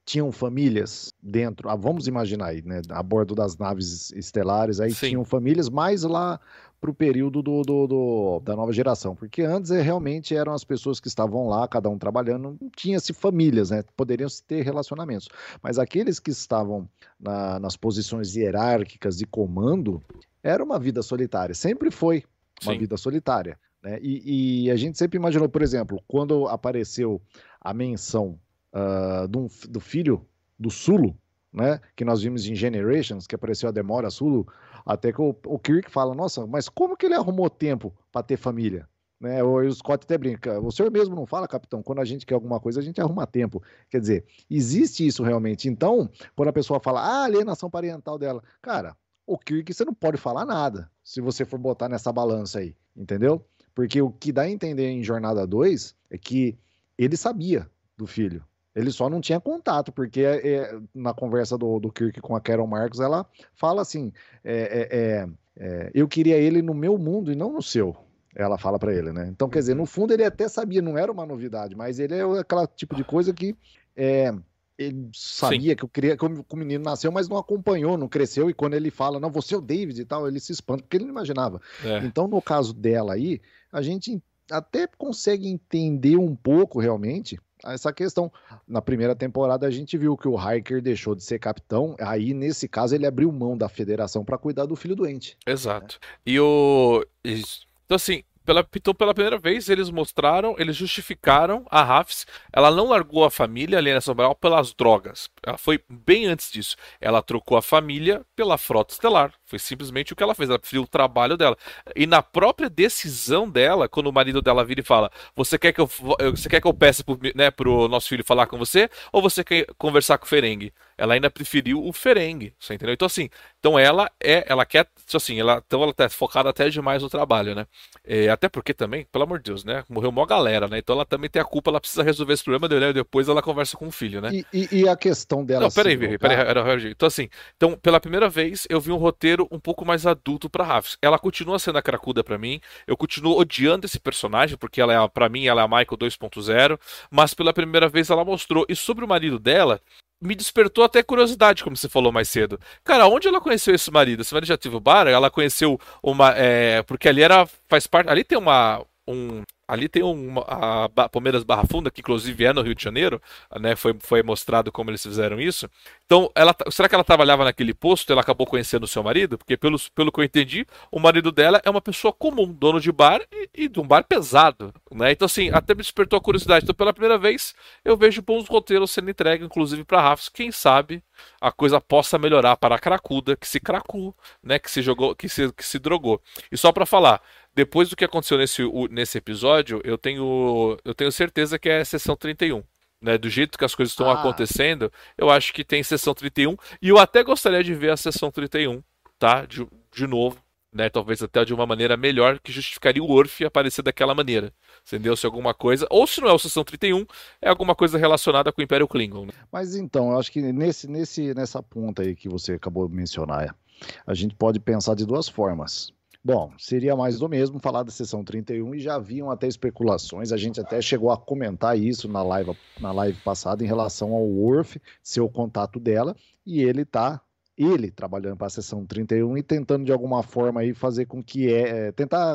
tinham famílias dentro, ah, vamos imaginar aí, né, a bordo das naves estelares, aí Sim. tinham famílias mais lá para o período do, do- do- da nova geração, porque antes é, realmente eram as pessoas que estavam lá, cada um trabalhando, não tinha-se famílias, né, poderiam se ter relacionamentos, mas aqueles que estavam na- nas posições hierárquicas de comando, era uma vida solitária, sempre foi uma Sim. vida solitária, né, e, e a gente sempre imaginou, por exemplo, quando apareceu a menção ah, do, do filho do Sulu, né? Que nós vimos em Generations, que apareceu a Demora Sulu, até que o, o Kirk fala, nossa, mas como que ele arrumou tempo para ter família? Né? O, o Scott até brinca, o senhor mesmo não fala, capitão, quando a gente quer alguma coisa, a gente arruma tempo. Quer dizer, existe isso realmente. Então, quando a pessoa fala, ah, alienação parental dela, cara, o Kirk você não pode falar nada, se você for botar nessa balança aí, entendeu? Porque o que dá a entender em Jornada dois é que ele sabia do filho. Ele só não tinha contato, porque é, é, na conversa do, do Kirk com a Carol Marcos, ela fala assim: é, é, é, é, eu queria ele no meu mundo e não no seu. Ela fala pra ele, né? Então, quer dizer, no Uhum. fundo ele até sabia, não era uma novidade, mas ele é aquele tipo de coisa que é, ele Sim. sabia que, eu queria, que o menino nasceu, mas não acompanhou, não cresceu, e quando ele fala, não, você é o David e tal, ele se espanta, porque ele não imaginava. É. Então, no caso dela aí, a gente até consegue entender um pouco realmente essa questão. Na primeira temporada a gente viu que o Hiker deixou de ser capitão, aí nesse caso ele abriu mão da federação para cuidar do filho doente. Né? Exato. E o. is- Então, assim, pela, então, pela primeira vez, eles mostraram, eles justificaram a Rafs. Ela não largou a família, a Lena Sobral, pelas drogas. Ela foi bem antes disso. Ela trocou a família pela frota estelar. Foi simplesmente o que ela fez. Ela preferiu o trabalho dela. E na própria decisão dela, quando o marido dela vira e fala: Você quer que eu, você quer que eu peça pro, né, pro nosso filho falar com você? Ou você quer conversar com o Ferengue? Ela ainda preferiu o Ferengue. Você entendeu? Então, assim. Então ela é, ela quer, assim, ela, então ela tá focada até demais no trabalho, né? É, até porque também, pelo amor de Deus, né? Morreu uma galera, né? Então ela também tem a culpa, ela precisa resolver esse problema, né? Depois ela conversa com o filho, né? E, e, e a questão dela Não, se peraí, Virrey, peraí, drogar, era o Harry. Então, assim, então, pela primeira vez, eu vi um roteiro um pouco mais adulto pra Rafs. Ela continua sendo a cracuda pra mim, eu continuo odiando esse personagem, porque ela é, pra mim, ela é a Michael dois ponto zero, mas pela primeira vez ela mostrou. E sobre o marido dela, me despertou até curiosidade, como você falou mais cedo. Cara, onde ela conheceu esse marido? Esse marido já teve o bar? Ela conheceu uma. É, porque ali era. Faz parte. Ali tem uma. Um, ali tem uma, a Ba- Palmeiras Barra Funda, que inclusive é no Rio de Janeiro, né? Foi, foi mostrado como eles fizeram isso. Então, ela, será que ela trabalhava naquele posto e ela acabou conhecendo o seu marido? Porque, pelo, pelo que eu entendi, o marido dela é uma pessoa comum, dono de bar e, e de um bar pesado, né? Então, assim, até me despertou a curiosidade. Então, pela primeira vez, eu vejo bons roteiros sendo entregues, inclusive para Rafs. Quem sabe a coisa possa melhorar para a cracuda, que se cracou, né? Que se jogou, que se, que se drogou. E só para falar, depois do que aconteceu nesse, nesse episódio, eu tenho, eu tenho certeza que é a sessão trinta e um. Né, do jeito que as coisas estão ah, acontecendo, eu acho que tem sessão trinta e um. E eu até gostaria de ver a sessão trinta e um, tá? De, de novo. Né, talvez até de uma maneira melhor que justificaria o Worf aparecer daquela maneira. Entendeu? Se alguma coisa. Ou se não é o Sessão trinta e um, é alguma coisa relacionada com o Império Klingon. Né? mas então, eu acho que nesse, nesse, nessa ponta aí que você acabou de mencionar, a gente pode pensar de duas formas. Bom, seria mais do mesmo falar da sessão trinta e um e já haviam até especulações, a gente até chegou a comentar isso na live, na live passada em relação ao Worf, ser o contato dela, e ele tá, ele trabalhando para a sessão trinta e um e tentando de alguma forma aí fazer com que é, é tentar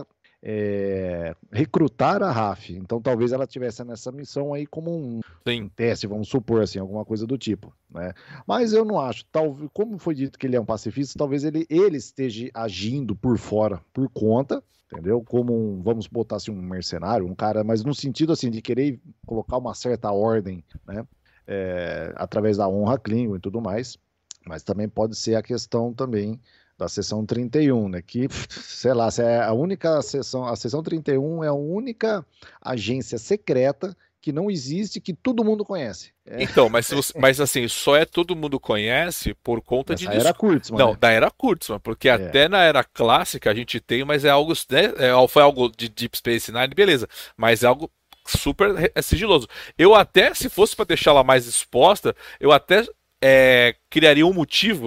é, recrutar a Raf. Então talvez ela tivesse nessa missão aí como um, um Sim. teste, vamos supor assim, alguma coisa do tipo, né? Mas eu não acho, talvez, como foi dito que ele é um pacifista, talvez ele, ele esteja agindo por fora, por conta, entendeu? Como um, vamos botar assim, um mercenário, um cara, mas no sentido assim de querer colocar uma certa ordem, né? É, através da honra Klingon e tudo mais, mas também pode ser a questão também da sessão trinta e um, né? Que, sei lá, se é a única sessão, a sessão trinta e um é a única agência secreta que não existe, que todo mundo conhece. É, Então, mas, se você- mas assim, só é todo mundo conhece por conta de nessa era disco. Kurtzman, Não, né? da era Kurtzman, porque É. até na era clássica a gente tem, mas é algo, né, é, foi algo de Deep Space Nine, beleza, mas é algo super re- é sigiloso. Eu até, se fosse para deixar ela mais exposta, eu até é, criaria um motivo.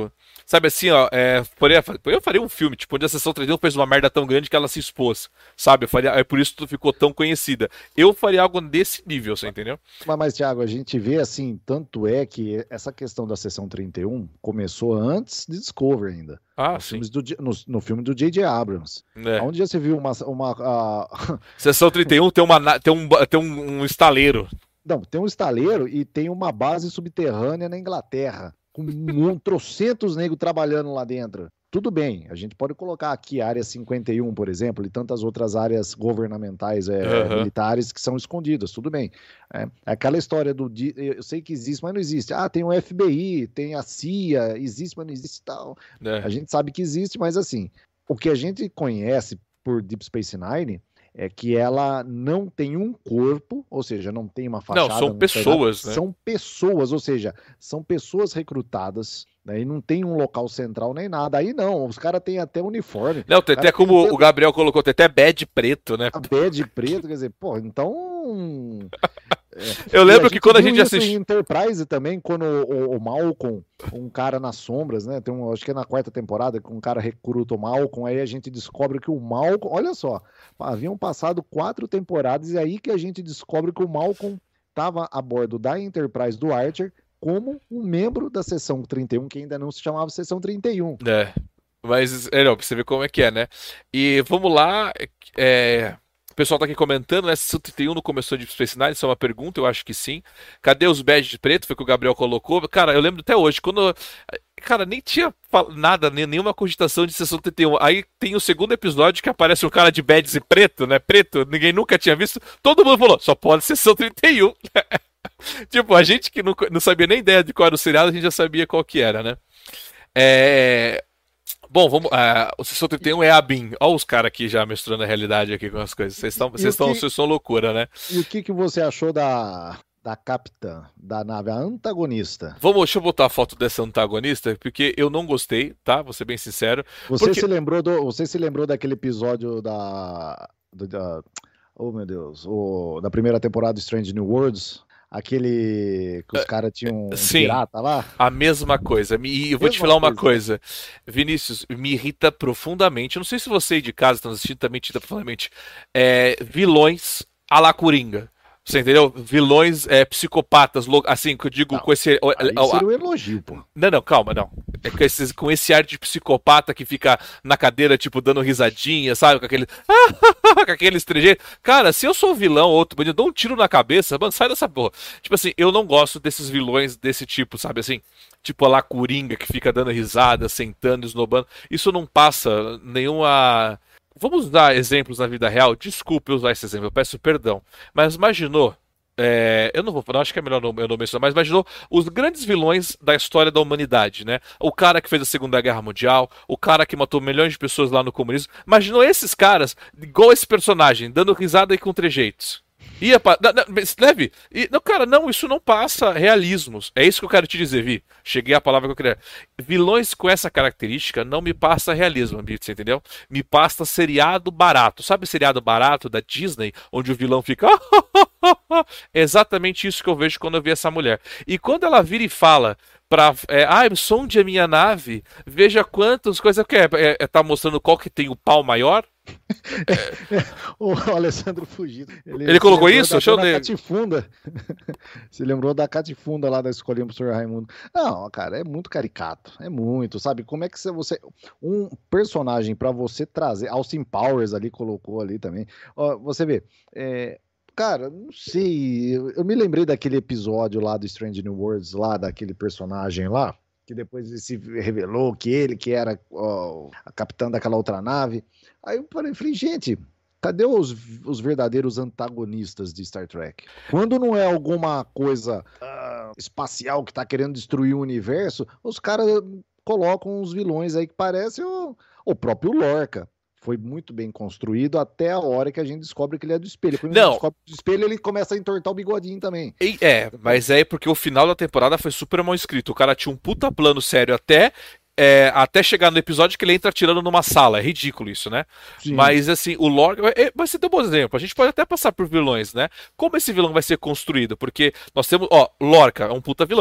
Sabe assim, ó, é, faria- eu faria um filme, tipo, onde a Sessão trinta e um fez uma merda tão grande que ela se expôs, sabe? Eu faria, é por isso que tu ficou tão conhecida. Eu faria algo desse nível, você entendeu? Mas, mas, Thiago, a gente vê assim, tanto é que essa questão da Seção trinta e um começou antes de Discovery ainda. Ah, Nos sim. filmes do, J- no, no filme do J J. Abrams. É. Onde já você viu uma, uma, a- Sessão trinta e um tem, uma, na- tem, um, tem um, um estaleiro. Não, tem um estaleiro e tem uma base subterrânea na Inglaterra, com um, trocentos negros trabalhando lá dentro. Tudo bem, a gente pode colocar aqui a área cinquenta e um, por exemplo, e tantas outras áreas governamentais, é, Aham. militares que são escondidas, tudo bem. É, aquela história do. di- Eu sei que existe, mas não existe. Ah, tem o F B I, tem a C I A, existe, mas não existe tal. É. A gente sabe que existe, mas assim, o que a gente conhece por Deep Space Nine é que ela não tem um corpo, ou seja, não tem uma Não, fachada, são não tem nada, pessoas, né? são pessoas, ou seja, são pessoas recrutadas, né, e não tem um local central nem nada. Aí não, os caras têm até uniforme, Não, o tem cara até tem como até o Gabriel colocou, tem até badge preto, né? a badge preto, quer dizer, pô, então. Eu E a lembro que gente quando a viu gente isso em assistiu. Enterprise também, quando o, o, o Malcolm, um cara nas sombras, né? Tem um, acho que é na quarta temporada, que um cara recruta o Malcolm, aí a gente descobre que o Malcolm, olha só, haviam passado quatro temporadas e aí que a gente descobre que o Malcolm estava a bordo da Enterprise do Archer como um membro da Seção trinta e um, que ainda não se chamava Seção trinta e um. É. Mas, é, não, pra você ver como é que é, né? E vamos lá. É, o pessoal tá aqui comentando, né? Se o trinta e um não começou de Space Nine, isso é uma pergunta, eu acho que sim. Cadê os badges de preto? Foi o que o Gabriel colocou. Cara, eu lembro até hoje, quando. Cara, nem tinha fal- nada, nem- nenhuma cogitação de sessão trinta e um. Aí tem o segundo episódio que aparece um cara de badges e preto, né? Preto, ninguém nunca tinha visto. Todo mundo falou, só pode sessão trinta e um. Tipo, a gente que não, não sabia nem ideia de qual era o seriado, a gente já sabia qual que era, né? É. Bom, vamos. Ah, o Sessão trinta e um é a BIM. Olha os caras aqui já misturando a realidade aqui com as coisas. Vocês estão, E vocês o estão, que, vocês são loucura, né? e o que, que você achou da, da capitã da nave, a antagonista? Vamos, deixa eu botar a foto dessa antagonista, porque eu não gostei, tá? Vou ser bem sincero. Você Porque. se lembrou do, você se lembrou daquele episódio da, do- da, oh meu Deus, o, da primeira temporada do Strange New Worlds, aquele que os caras tinham um Sim, pirata lá? a mesma coisa. Me- E eu vou te Mesma falar uma coisa. coisa. Vinícius, me irrita profundamente. Eu não sei se você aí de casa está assistindo também te irrita profundamente. É, vilões à la Coringa. Você entendeu? Vilões é, psicopatas, lou- assim, que eu digo Não, com esse. aí seria um elogio, pô. Não, não, calma, não. É com, esses, com esse ar de psicopata que fica na cadeira, tipo, dando risadinha, sabe? Com aquele. com aquele trejeito. Cara, se eu sou vilão ou outro bandido, eu dou um tiro na cabeça, mano, sai dessa porra. Tipo assim, eu não gosto desses vilões desse tipo, sabe assim? Tipo a lá Coringa que fica dando risada, sentando, esnobando. Isso não passa nenhuma. Vamos dar exemplos na vida real? Desculpe eu usar esse exemplo, eu peço perdão. Mas imaginou. É, eu não vou falar, acho que é melhor não, eu não mencionar, mas imaginou os grandes vilões da história da humanidade, né? O cara que fez a Segunda Guerra Mundial, o cara que matou milhões de pessoas lá no comunismo. Imaginou esses caras, igual esse personagem, dando risada e com trejeitos. Ia pa... não, não, mas leve. E, não, cara, não, isso não passa realismos. É isso que eu quero te dizer, Vi. Cheguei à palavra que eu queria. Vilões com essa característica não me passa realismo, Vi, você entendeu? Me passa seriado barato. Sabe seriado barato da Disney, onde o vilão fica. É exatamente isso que eu vejo quando eu vi essa mulher. E quando ela vira e fala pra. É, ah, sonde a minha nave, veja quantas coisas. Que é, é, é, tá mostrando qual que tem o pau maior? O Alessandro Fugido. Ele colocou lembrou isso? da Deixa eu dona ler. Catifunda. Se lembrou da Catifunda lá da Escolinha do professor Raimundo. Não, cara, é muito caricato. É muito, sabe? Como é que você. Um personagem pra você trazer. Austin Powers ali colocou ali também. Ó, você vê. É, cara, não sei. Eu, eu me lembrei daquele episódio lá do Strange New Worlds, lá, daquele personagem lá. Que depois se revelou que ele que era ó, a capitã daquela outra nave. Aí eu falei, falei gente, cadê os, os verdadeiros antagonistas de Star Trek? Quando não é alguma coisa ah, espacial que tá querendo destruir o universo, os caras colocam uns vilões aí que parecem o, o próprio Lorca. Foi muito bem construído até a hora que a gente descobre que ele é do espelho. Quando a gente Não, descobre do espelho, ele começa a entortar o bigodinho também. e- é, mas é porque o final da temporada foi super mal escrito. O cara tinha um puta plano sério até. É, até chegar no episódio que ele entra atirando numa sala. É ridículo isso, né? Sim. Mas assim, o Lorca. É, vai ser um bom exemplo. A gente pode até passar por vilões, né? Como esse vilão vai ser construído? Porque nós temos. Ó, Lorca é um puta vilão.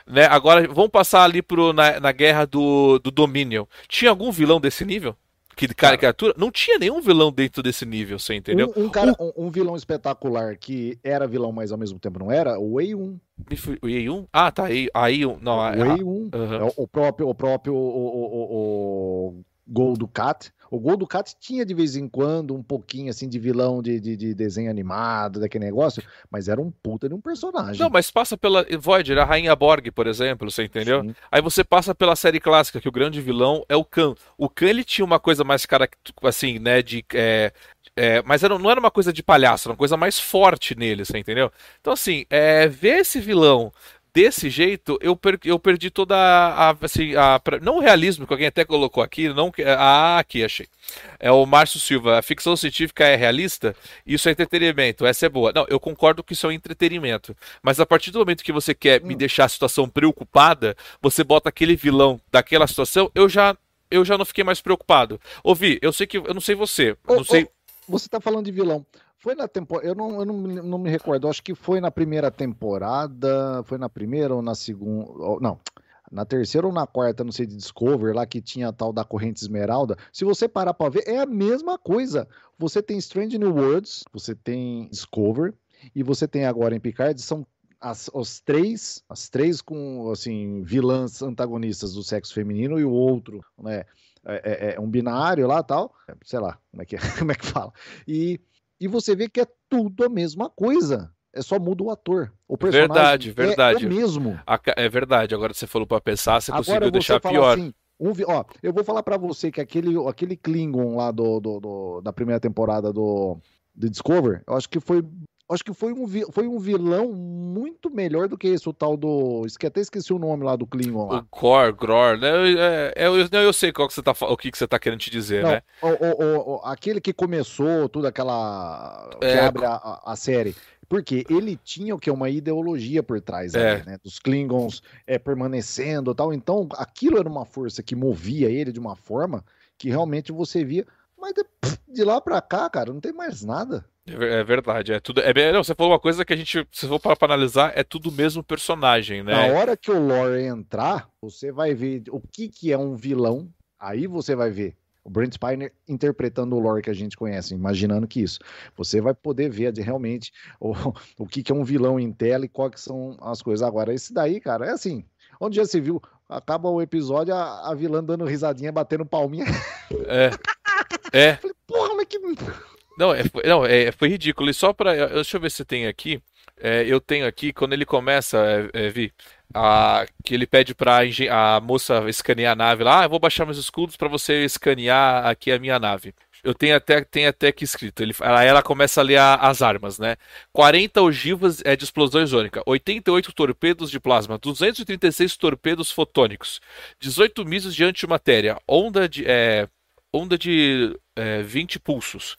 Né? Agora, vamos passar ali pro, na, na guerra do, do Dominion. Tinha algum vilão desse nível? Que de Cara, caricatura? Não tinha nenhum vilão dentro desse nível, você entendeu? um, um cara, um, um vilão espetacular que era vilão, mas ao mesmo tempo não era, o Wei um. O E um? Ah, tá. aí aí um. Não, O ah, Wei um. uhum. É o, o próprio, o próprio o, o, o, o Gol do Cat. O Gol do Cat tinha de vez em quando um pouquinho assim de vilão de, de, de desenho animado, daquele negócio, mas era um puta de um personagem. Não, mas passa pela Voyager, a Rainha Borg, por exemplo, você entendeu? Sim. Aí você passa pela série clássica, que o grande vilão é o Khan. O Khan, ele tinha uma coisa mais característica, assim, né, de... É, é, mas era, não era uma coisa de palhaço, era uma coisa mais forte nele, você entendeu? Então, assim, é, ver esse vilão desse jeito, eu, per, eu perdi toda a, a, assim, a, não o realismo, que alguém até colocou aqui, não, ah, aqui, achei. É o Márcio Silva, a ficção científica é realista? Isso é entretenimento, essa é boa. Não, eu concordo que isso é um entretenimento, mas a partir do momento que você quer me deixar a situação preocupada, você bota aquele vilão daquela situação, eu já, eu já não fiquei mais preocupado. Ouvi, eu sei que, eu não sei você, Ô, não sei... ô, você tá falando de vilão. Foi na temporada. Eu, não, eu não, me- não me recordo. Acho que foi na primeira temporada. Foi na primeira ou na segunda. ou- Não. Na terceira ou na quarta, não sei, de Discover, lá que tinha a tal da corrente esmeralda. Se você parar pra ver, é a mesma coisa. Você tem Strange New Worlds, você tem Discover, e você tem agora em Picard, são as, os três, as três com, assim, vilãs antagonistas do sexo feminino e o outro, né? É, é- é um binário lá tal, sei lá como é que, é, como é que fala. E, e você vê que é tudo a mesma coisa. É só muda o ator. O personagem Verdade, é o verdade. mesmo. A ca- É verdade, agora você falou pra pensar, você Agora conseguiu você deixar fala pior. assim, um vi- ó, eu vou falar pra você que aquele, aquele Klingon lá do, do- do- da primeira temporada do, do Discover, eu acho que foi, acho que foi um, vi- foi um vilão muito melhor do que esse, o tal do, esque- até esqueci o nome lá do Klingon O lá. Gore, Gror, né? Eu, é, é, eu, não, eu sei qual que você tá, fa- o que, que você tá querendo te dizer, Não, né? o, o- o- aquele que começou tudo aquela que É, abre a, a- a série. Porque ele tinha o que uma ideologia por trás ali, é, né? Dos Klingons é, permanecendo e tal. Então, aquilo era uma força que movia ele de uma forma que realmente você via. Mas de, de lá pra cá, cara, não tem mais nada. é ver- é verdade. É tudo. É, bem- não, você falou uma coisa que a gente, se for parar pra analisar, é tudo o mesmo personagem, Na né? hora que o lore entrar, você vai ver o que, que é um vilão. Aí você vai ver o Brent Spiner interpretando o lore que a gente conhece, imaginando que isso. Você vai poder ver de, realmente o, o que, que é um vilão em tela e quais que são as coisas. Agora, esse daí, cara, é assim. Onde já se viu, acaba o episódio, a, a vilã dando risadinha, batendo palminha. É, é. Falei, porra, mas que. Não, é, foi- não, é, foi ridículo. E só pra. eu- Deixa eu ver se tem aqui. É, eu tenho aqui, quando ele começa, é, é, Vi, a, que ele pede pra engen- a moça escanear a nave lá. Ah, eu vou baixar meus escudos pra você escanear aqui a minha nave. Eu tenho até, tenho até aqui escrito. Ele, ela, ela começa a ler a- as armas, né? quarenta ogivas é, de explosão isônica, oitenta e oito torpedos de plasma, duzentos e trinta e seis torpedos fotônicos, dezoito mísseis de antimatéria, onda de, é, onda de é, vinte pulsos,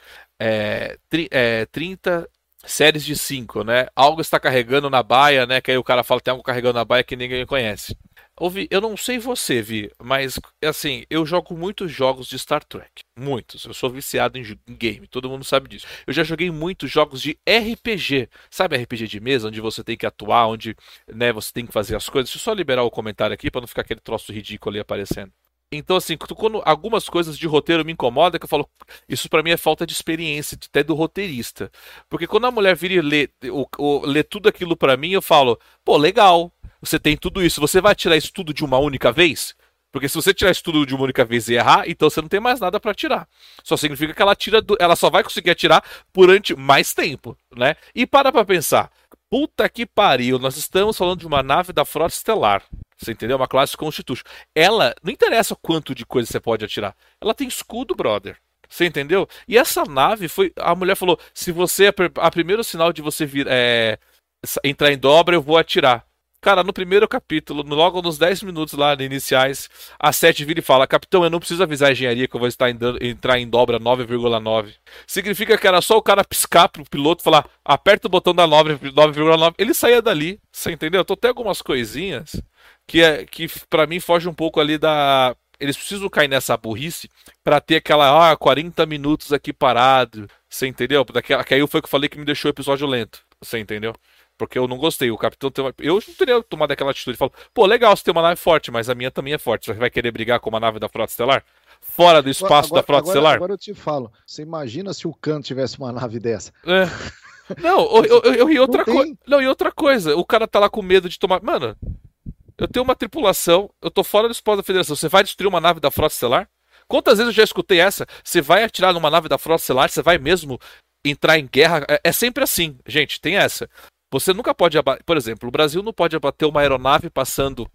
é, tri- é, trinta séries de cinco, né? Algo está carregando na baia, né? Que aí o cara fala tem algo carregando na baia que ninguém conhece. Ouvi, eu não sei você, Vi, mas assim, eu jogo muitos jogos de Star Trek. Muitos. Eu sou viciado em, jo- em game, todo mundo sabe disso. Eu já joguei muitos jogos de R P G. Sabe R P G de mesa, onde você tem que atuar, onde, né, você tem que fazer as coisas. Deixa eu só liberar o comentário aqui para não ficar aquele troço ridículo ali aparecendo. Então, assim, quando algumas coisas de roteiro me incomodam, que eu falo, isso pra mim é falta de experiência, até do roteirista. Porque quando a mulher vira e lê, o, o- lê tudo aquilo pra mim, eu falo, pô, legal, você tem tudo isso, você vai tirar isso tudo de uma única vez? Porque se você tirar isso tudo de uma única vez e errar, então você não tem mais nada pra tirar. Só significa que ela tira, do- ela só vai conseguir atirar durante mais tempo, né? E para pra pensar, puta que pariu, nós estamos falando de uma nave da Frota Estelar. Você entendeu? Uma classe Constitution. Ela, não interessa quanto de coisa você pode atirar. Ela tem escudo, brother. Você entendeu? E essa nave foi. A mulher falou: se você. A primeiro sinal de você vir, é, entrar em dobra, eu vou atirar. Cara, no primeiro capítulo, logo nos dez minutos lá iniciais, a Sete vira e fala: Capitão, eu não preciso avisar a engenharia que eu vou estar em, entrar em dobra nove vírgula nove. Significa que era só o cara piscar pro piloto e falar: aperta o botão da nove vírgula nove. Ele saía dali. Você entendeu? Então tem algumas coisinhas que, é, que para mim foge um pouco ali da. Eles precisam cair nessa burrice pra ter aquela, ah, quarenta minutos aqui parado. Você entendeu? Daquela, que aí foi o que eu falei que me deixou o episódio lento. Você entendeu? Porque eu não gostei. O capitão tem uma... Eu não teria tomado aquela atitude. Falo, pô, legal, você tem uma nave forte, mas a minha também é forte. Você vai querer brigar com uma nave da Frota Estelar? Fora do Agora, espaço da agora, Frota agora, Estelar? agora eu te falo. Você imagina se o Khan tivesse uma nave dessa? É. Não, eu, eu, eu, e outra Não coisa. tem. Não, e outra coisa, o cara tá lá com medo de tomar. Mano, eu tenho uma tripulação, eu tô fora do espaço da Federação. Você vai destruir uma nave da Frota Estelar? Quantas vezes eu já escutei essa? Você vai atirar numa nave da Frota Estelar? Você vai mesmo entrar em guerra? É, é sempre assim, gente, tem essa. Você nunca pode abater. Por exemplo, o Brasil não pode abater uma aeronave passando.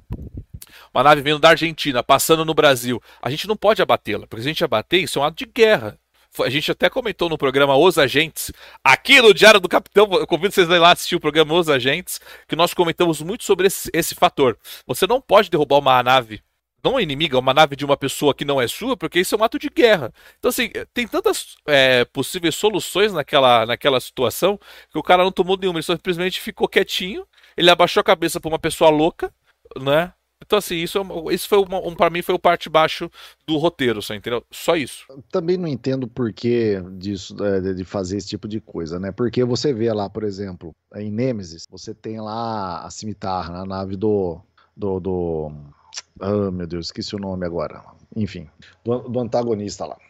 Uma nave vindo da Argentina, passando no Brasil. A gente não pode abatê-la, porque se a gente abater, isso é um ato de guerra. A gente até comentou no programa Os Agentes, aqui no Diário do Capitão, eu convido vocês a ir lá assistir o programa Os Agentes, que nós comentamos muito sobre esse, esse fator. Você não pode derrubar uma nave, não inimiga, uma nave de uma pessoa que não é sua, porque isso é um ato de guerra. Então, assim, tem tantas é, possíveis soluções naquela, naquela situação, que o cara não tomou nenhuma, ele simplesmente ficou quietinho, ele abaixou a cabeça pra uma pessoa louca, né? Então, assim, isso, é, isso foi uma, um, pra mim foi o parte baixo do roteiro, você entendeu? Só isso. Também não entendo o porquê disso, é, de fazer esse tipo de coisa, né? Porque você vê lá, por exemplo, em Nemesis, você tem lá a cimitarra, a nave do, do, do... Ah, meu Deus, esqueci o nome agora. Enfim, do, do antagonista lá.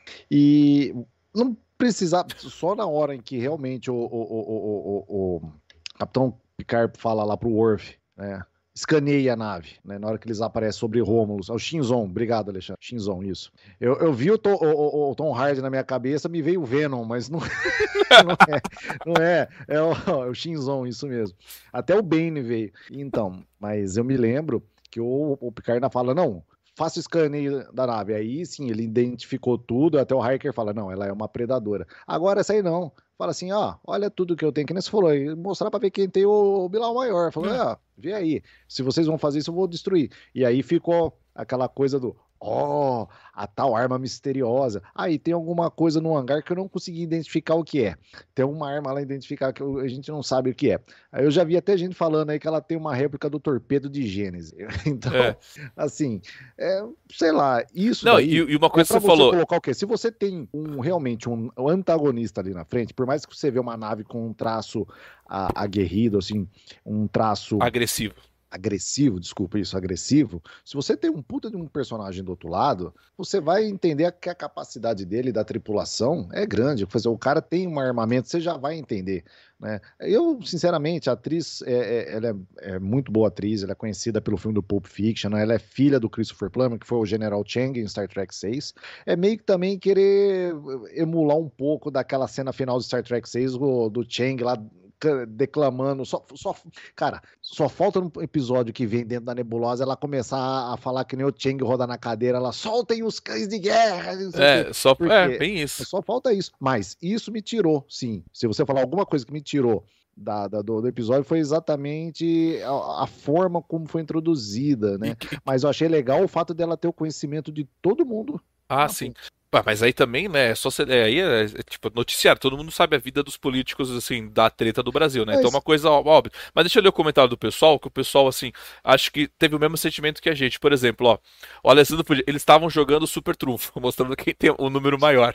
E não precisava, só na hora em que realmente o, o, o, o, o, o Capitão Picard fala lá pro Worf, né? Escaneia a nave, né? Na hora que eles aparecem sobre Rômulus. É o Shinzon, obrigado, Alexandre. Shinzon, isso. Eu, eu vi o, to, o, o, o Tom Hardy na minha cabeça, me veio o Venom, mas não, não é. Não é, é o, é o Shinzon, isso mesmo. Até o Bane veio. Então, mas eu me lembro que o, o Picard ainda fala, não, faça o escaneio da nave. Aí sim, ele identificou tudo, até o Hiker fala, não, ela é uma predadora. Agora essa aí não. Fala assim, ó, olha tudo que eu tenho, que nem você falou, e mostrar pra ver quem tem o, o Bilal maior. Falou, ó, vê aí, se vocês vão fazer isso, eu vou destruir. E aí ficou aquela coisa do, ó, oh, a tal arma misteriosa. Aí tem alguma coisa no hangar que eu não consegui identificar o que é. Tem uma arma lá identificar que a gente não sabe o que é. Aí eu já vi até gente falando aí que ela tem uma réplica do torpedo de Gênesis. Então, é. assim, é, sei lá, isso não, daí, e, e uma coisa é que você, você falou... colocar o quê? Se você tem um, realmente um, um antagonista ali na frente, por mais que você vê uma nave com um traço a, aguerrido, assim, um traço... agressivo. agressivo, desculpa isso, agressivo, se você tem um puta de um personagem do outro lado, você vai entender que a capacidade dele, da tripulação, é grande. Quer dizer, o cara tem um armamento, você já vai entender, né? Eu, sinceramente, a atriz, é, é, ela é, é muito boa atriz, ela é conhecida pelo filme do Pulp Fiction, né? Ela é filha do Christopher Plummer, que foi o General Chang em Star Trek seis. É meio que também querer emular um pouco daquela cena final de Star Trek seis, do, do Chang lá declamando, só, só, cara, só falta no episódio que vem dentro da nebulosa ela começar a, a falar que nem o Chang roda na cadeira, ela soltem os cães de guerra. É, só, é, bem isso. Só falta isso. Mas isso me tirou, sim. Se você falar alguma coisa que me tirou da, da do, do episódio, foi exatamente a, a forma como foi introduzida, né? E, Mas eu achei legal o fato dela ter o conhecimento de todo mundo. Ah, sim. Ah, mas aí também, né, é só ser, é, aí é, é tipo noticiário, todo mundo sabe a vida dos políticos, assim, da treta do Brasil, né? Então é uma coisa óbvia. Mas deixa eu ler o comentário do pessoal, que o pessoal, assim, acho que teve o mesmo sentimento que a gente. Por exemplo, ó, o Alessandro podia, eles estavam jogando Super Trunfo, mostrando quem tem o número maior.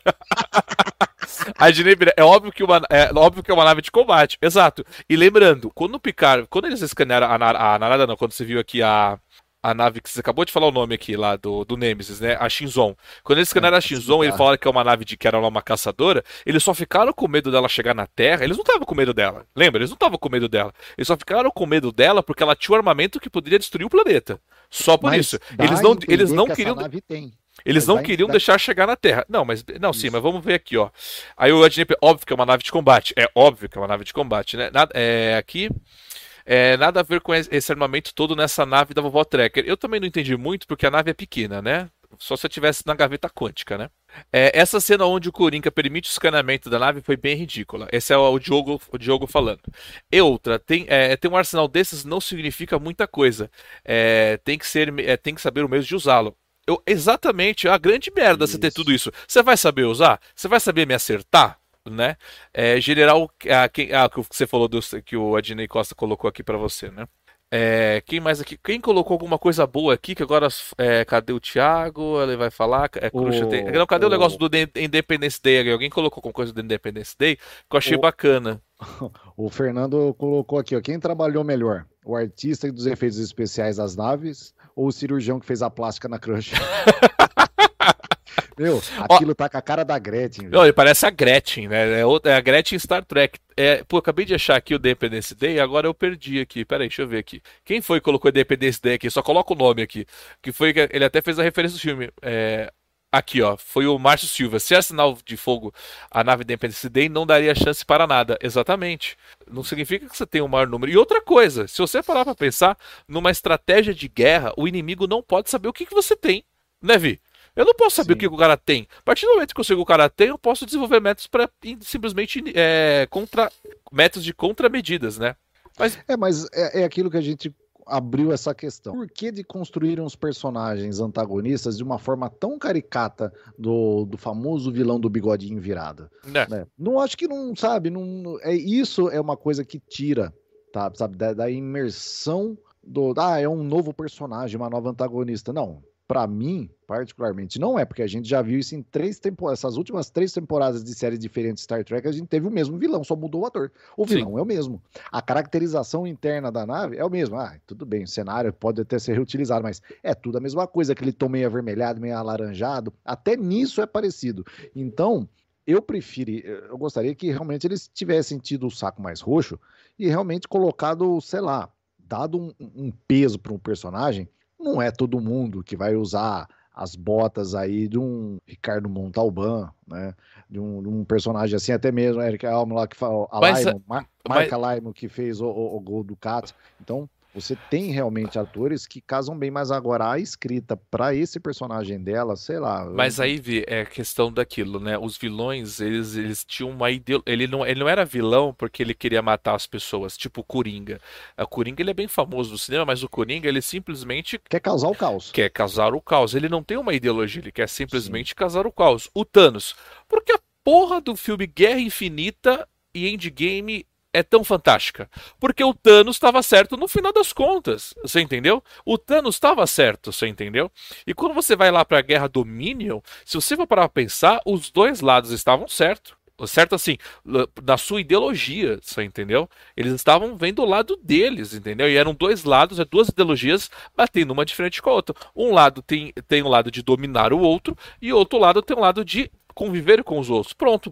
A Dinei, é óbvio que uma, é óbvio que é uma nave de combate, exato. E lembrando, quando o Picard, quando eles escanearam a, a, a Narada, não, quando você viu aqui a a nave que você acabou de falar o nome aqui lá do, do Nemesis, né? A Shinzon. Quando eles escanearam é, a Shinzon e falaram que é uma nave de que era uma caçadora, eles só ficaram com medo dela chegar na Terra. Eles não estavam com medo dela. Lembra? Eles não estavam com medo dela. Eles só ficaram com medo dela porque ela tinha um armamento que poderia destruir o planeta. Só por mas isso. Eles não, eles não que queriam. Tem. Eles mas não queriam deixar chegar na Terra. Não, mas. Não, sim, mas vamos ver aqui, ó. Aí o Adnep, óbvio que é uma nave de combate. É óbvio que é uma nave de combate, né? Nada, é, aqui. É, nada a ver com esse armamento todo nessa nave da vovó Trekker. Eu também não entendi muito, porque a nave é pequena, né? Só se eu tivesse na gaveta quântica, né? É, essa cena onde o Coringa permite o escaneamento da nave foi bem ridícula. Esse é o Diogo, o Diogo falando. E outra, tem, é, ter um arsenal desses não significa muita coisa. É, tem, que ser, é, tem que saber o meio de usá-lo. Eu, exatamente, a grande merda você ter tudo isso. Você vai saber usar? Você vai saber me acertar? Né? É, general, a, quem, a, que você falou do, que o Adnei Costa colocou aqui para você, né? É, quem mais aqui? Quem colocou alguma coisa boa aqui? Que agora. É, cadê o Thiago? Ele vai falar. É, Cruxa tem. O, Não, cadê o negócio o, do The Independence Day? Alguém colocou alguma coisa do Independence Day que eu achei o, bacana. o Fernando colocou aqui, ó, quem trabalhou melhor? O artista dos efeitos especiais das naves ou o cirurgião que fez a plástica na crush? Meu, Ó, aquilo tá com a cara da Gretchen, não, velho. ele parece a Gretchen, né? É, outra- é a Gretchen Star Trek. É, pô, acabei de achar aqui o Independence Day e agora eu perdi aqui. Pera aí, deixa eu ver aqui. Quem foi que colocou Independence Day aqui? Só coloca o nome aqui. Que foi que ele até fez a referência do filme. É, aqui, ó. Foi o Márcio Silva. Se é sinal de fogo a nave Independence Day, não daria chance para nada. Exatamente. Não significa que você tem um maior número. E outra coisa, se você parar pra pensar, numa estratégia de guerra, o inimigo não pode saber o que, que você tem. Né, Vi? Eu não posso saber o que Sim. o cara tem. A partir do momento que eu sei o que o cara tem, eu posso desenvolver métodos para simplesmente é, contra métodos de contramedidas, né? Mas É, mas é, é aquilo que a gente abriu essa questão. Por que de construir os personagens antagonistas de uma forma tão caricata do, do famoso vilão do bigodinho virado? né? Né? Não acho que não, sabe, não, é, isso é uma coisa que tira, tá, sabe, da, da imersão do, ah, é um novo personagem, uma nova antagonista. Não, pra mim, particularmente, não é, porque a gente já viu isso em três temporadas, essas últimas três temporadas de séries diferentes de Star Trek, a gente teve o mesmo vilão, só mudou o ator. O Sim. vilão é o mesmo. A caracterização interna da nave é o mesmo. Ah, tudo bem, o cenário pode até ser reutilizado, mas é tudo a mesma coisa, aquele tom meio avermelhado, meio alaranjado, até nisso é parecido. Então, eu prefiro, eu gostaria que realmente eles tivessem tido o saco mais roxo e realmente colocado, sei lá, dado um, um peso para um personagem. Não é todo mundo que vai usar as botas aí de um Ricardo Montalban, né? De um, de um personagem assim, até mesmo Eric Almo lá que fala, Mas, Alaimo, Mar mas, Mark Alaimo que fez o, o, o gol do Cat. Então, você tem realmente atores que casam bem, mas agora a escrita para esse personagem dela, sei lá. mas Eu... aí Vi, é questão daquilo, né? Os vilões, eles, eles tinham uma ideologia. Ele não, ele não era vilão porque ele queria matar as pessoas, tipo o Coringa. O Coringa ele é bem famoso no cinema, mas o Coringa ele simplesmente Quer causar o caos. quer causar o caos. Ele não tem uma ideologia, ele quer Sim. simplesmente causar o caos. O Thanos. Porque a porra do filme Guerra Infinita e Endgame é tão fantástica? Porque o Thanos estava certo no final das contas. Você entendeu? O Thanos estava certo, você entendeu? E quando você vai lá para a Guerra Dominion, se você for parar pra pensar, os dois lados estavam certos. Certo assim, na sua ideologia, você entendeu? Eles estavam vendo o lado deles, entendeu? E eram dois lados, é duas ideologias batendo uma de frente com a outra. Um lado tem, tem um lado de dominar o outro, e outro lado tem um lado de conviver com os outros. Pronto,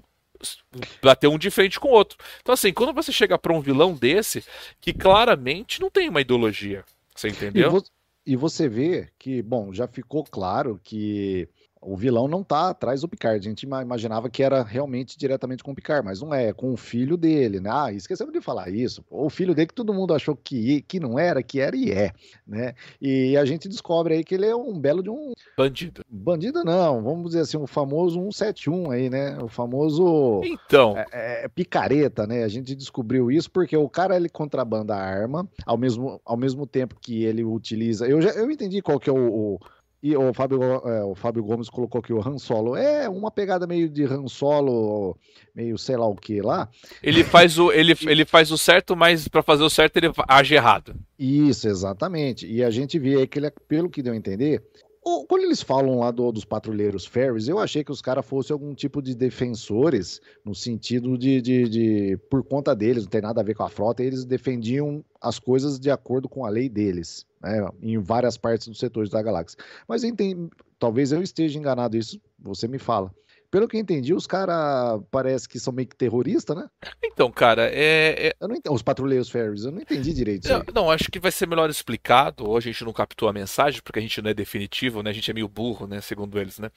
bater um de frente com o outro. Então, assim, quando você chega para um vilão desse, que claramente não tem uma ideologia, você E, entendeu? vo e você vê que, bom, já ficou claro que o vilão não tá atrás do Picard. A gente imaginava que era realmente diretamente com o Picard, mas não é, é com o filho dele, né? Ah, esquecemos de falar isso. O filho dele que todo mundo achou que, que não era, que era e é, né? E a gente descobre aí que ele é um belo de um Bandido. bandido, não, vamos dizer assim, o famoso cento e setenta e um aí, né? O famoso Então, é, é, picareta, né? A gente descobriu isso porque o cara ele contrabanda arma ao mesmo, ao mesmo tempo que ele utiliza. Eu já eu entendi qual que é o, o e o Fábio, é, o Fábio Gomes colocou que o Han Solo é uma pegada meio de Han Solo, meio sei lá o que lá. ele faz o, ele, E, ele faz o certo, mas para fazer o certo ele age errado. isso, exatamente. E a gente vê aí que ele, é, pelo que deu a entender, o- quando eles falam lá do- dos patrulheiros ferries, eu achei que os caras fossem algum tipo de defensores, no sentido de, de, de, por conta deles, não tem nada a ver com a frota, eles defendiam as coisas de acordo com a lei deles, né, em várias partes dos setores da galáxia. Mas eu entendi, talvez eu esteja enganado, isso você me fala. Pelo que eu entendi, os caras parece que são meio que terroristas, né? Então, cara, é, é- Eu não entendi, os patrulheiros ferries, eu não entendi direito isso não, aí. não, acho que vai ser melhor explicado, ou a gente não captou a mensagem, porque a gente não é definitivo, né? A gente é meio burro, né? Segundo eles, né?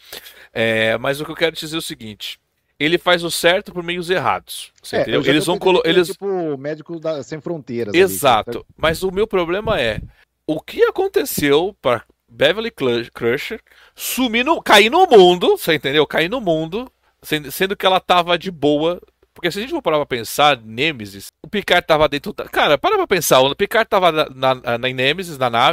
É, mas o que eu quero dizer é o seguinte: ele faz o certo por meios errados, você É, eu entendeu? já Eles deu pra vão entender colo que ele é eles tipo médico da- sem fronteiras ali. exato. Mas o meu problema é o que aconteceu para Beverly Clu- Crusher sumir no, cair no mundo, você entendeu? Cair no mundo, sendo, sendo que ela tava de boa. Porque se a gente for parar pra pensar, Nemesis, o Picard tava dentro da. Cara, para pra pensar, o Picard tava na, na, na Nemesis, na nave,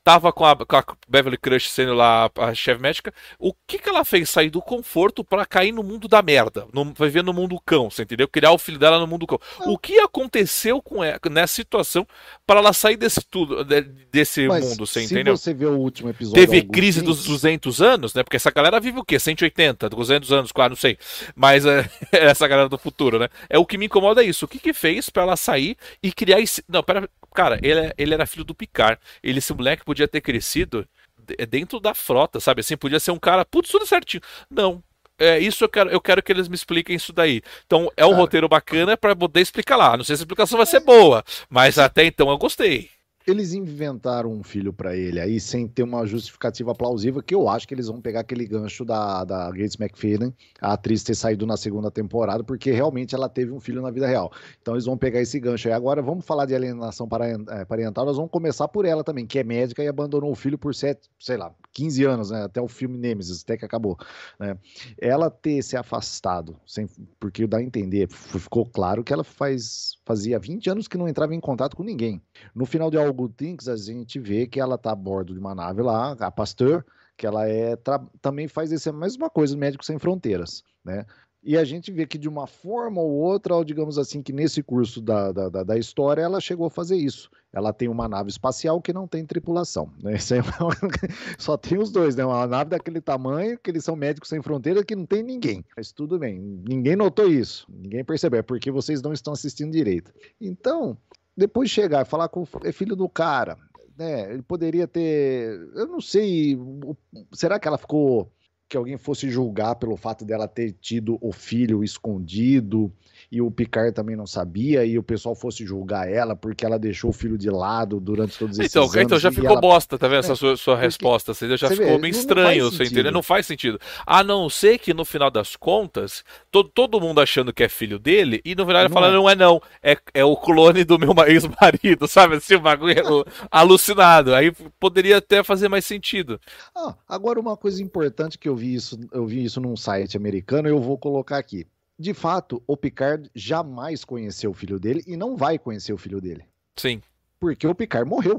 tava com a, com a Beverly Crush sendo lá a chefe médica. O que que ela fez? Sair do conforto pra cair no mundo da merda, no, viver no mundo cão, você entendeu? Criar o filho dela no mundo cão. O que aconteceu com ela nessa situação para ela sair desse tudo, de- desse Mas mundo, você se entendeu? você vê o último episódio, Teve August crise dos Things, duzentos anos, né? Porque essa galera vive o quê? cento e oitenta, duzentos anos, quase, não sei. Mas é, essa galera do futuro, né? É o que me incomoda é isso. O que que fez pra ela sair e criar esse. Não, pera. Cara, ele, é- ele era filho do Picard. Ele, esse moleque podia ter crescido de- dentro da frota, sabe? Assim, podia ser um cara, putz, tudo certinho. Não. É isso eu quero, eu quero que eles me expliquem isso daí. Então, é um cara, roteiro bacana pra poder explicar lá. Não sei se a explicação vai ser boa, mas até então eu gostei. eles inventaram um filho pra ele aí sem ter uma justificativa plausível, que eu acho que eles vão pegar aquele gancho da, da Gates McFadden, a atriz ter saído na segunda temporada, porque realmente ela teve um filho na vida real. Então eles vão pegar esse gancho aí. Agora vamos falar de alienação paren- eh, parental, nós vamos começar por ela também, que é médica e abandonou o filho por sete, sei lá, quinze anos, né? Até o filme Nemesis, até que acabou, né? Ela ter se afastado, sem, porque dá a entender, f- ficou claro que ela faz, fazia vinte anos que não entrava em contato com ninguém. No final de All Good Things, a gente vê que ela tá a bordo de uma nave lá, a Pasteur, que ela é tra- também faz essa mesma coisa, Médicos Sem Fronteiras, né? E a gente vê que de uma forma ou outra, ou digamos assim, que nesse curso da, da, da, da história, ela chegou a fazer isso. Ela tem uma nave espacial que não tem tripulação, né? Isso aí é uma- Só tem os dois, né? Uma nave daquele tamanho, que eles são médicos sem fronteira, que não tem ninguém. Mas tudo bem, ninguém notou isso, ninguém percebeu, é porque vocês não estão assistindo direito. Então, depois chegar e falar com o é filho do cara, né? Ele poderia ter, eu não sei, o- será que ela ficou que alguém fosse julgar pelo fato dela ter tido o filho escondido e o Picard também não sabia e o pessoal fosse julgar ela porque ela deixou o filho de lado durante todos esses Então, então anos já e ficou ela, bosta, tá vendo? Essa né? sua, sua Porque resposta, assim, já você ficou vê, meio não, não faz estranho, você entendeu? sentido. Não faz sentido. A não ser que no final das contas, to- todo mundo achando que é filho dele, e no final E ele não fala, é. não é não, é, é o clone do meu ma- ex-marido, sabe? Assim, o bagulho é o- alucinado. Aí poderia até fazer mais sentido. Ah, agora uma coisa importante que eu vi isso, eu vi isso num site americano, eu vou colocar aqui. De fato, o Picard jamais conheceu o filho dele e não vai conhecer o filho dele, Sim. porque o Picard morreu.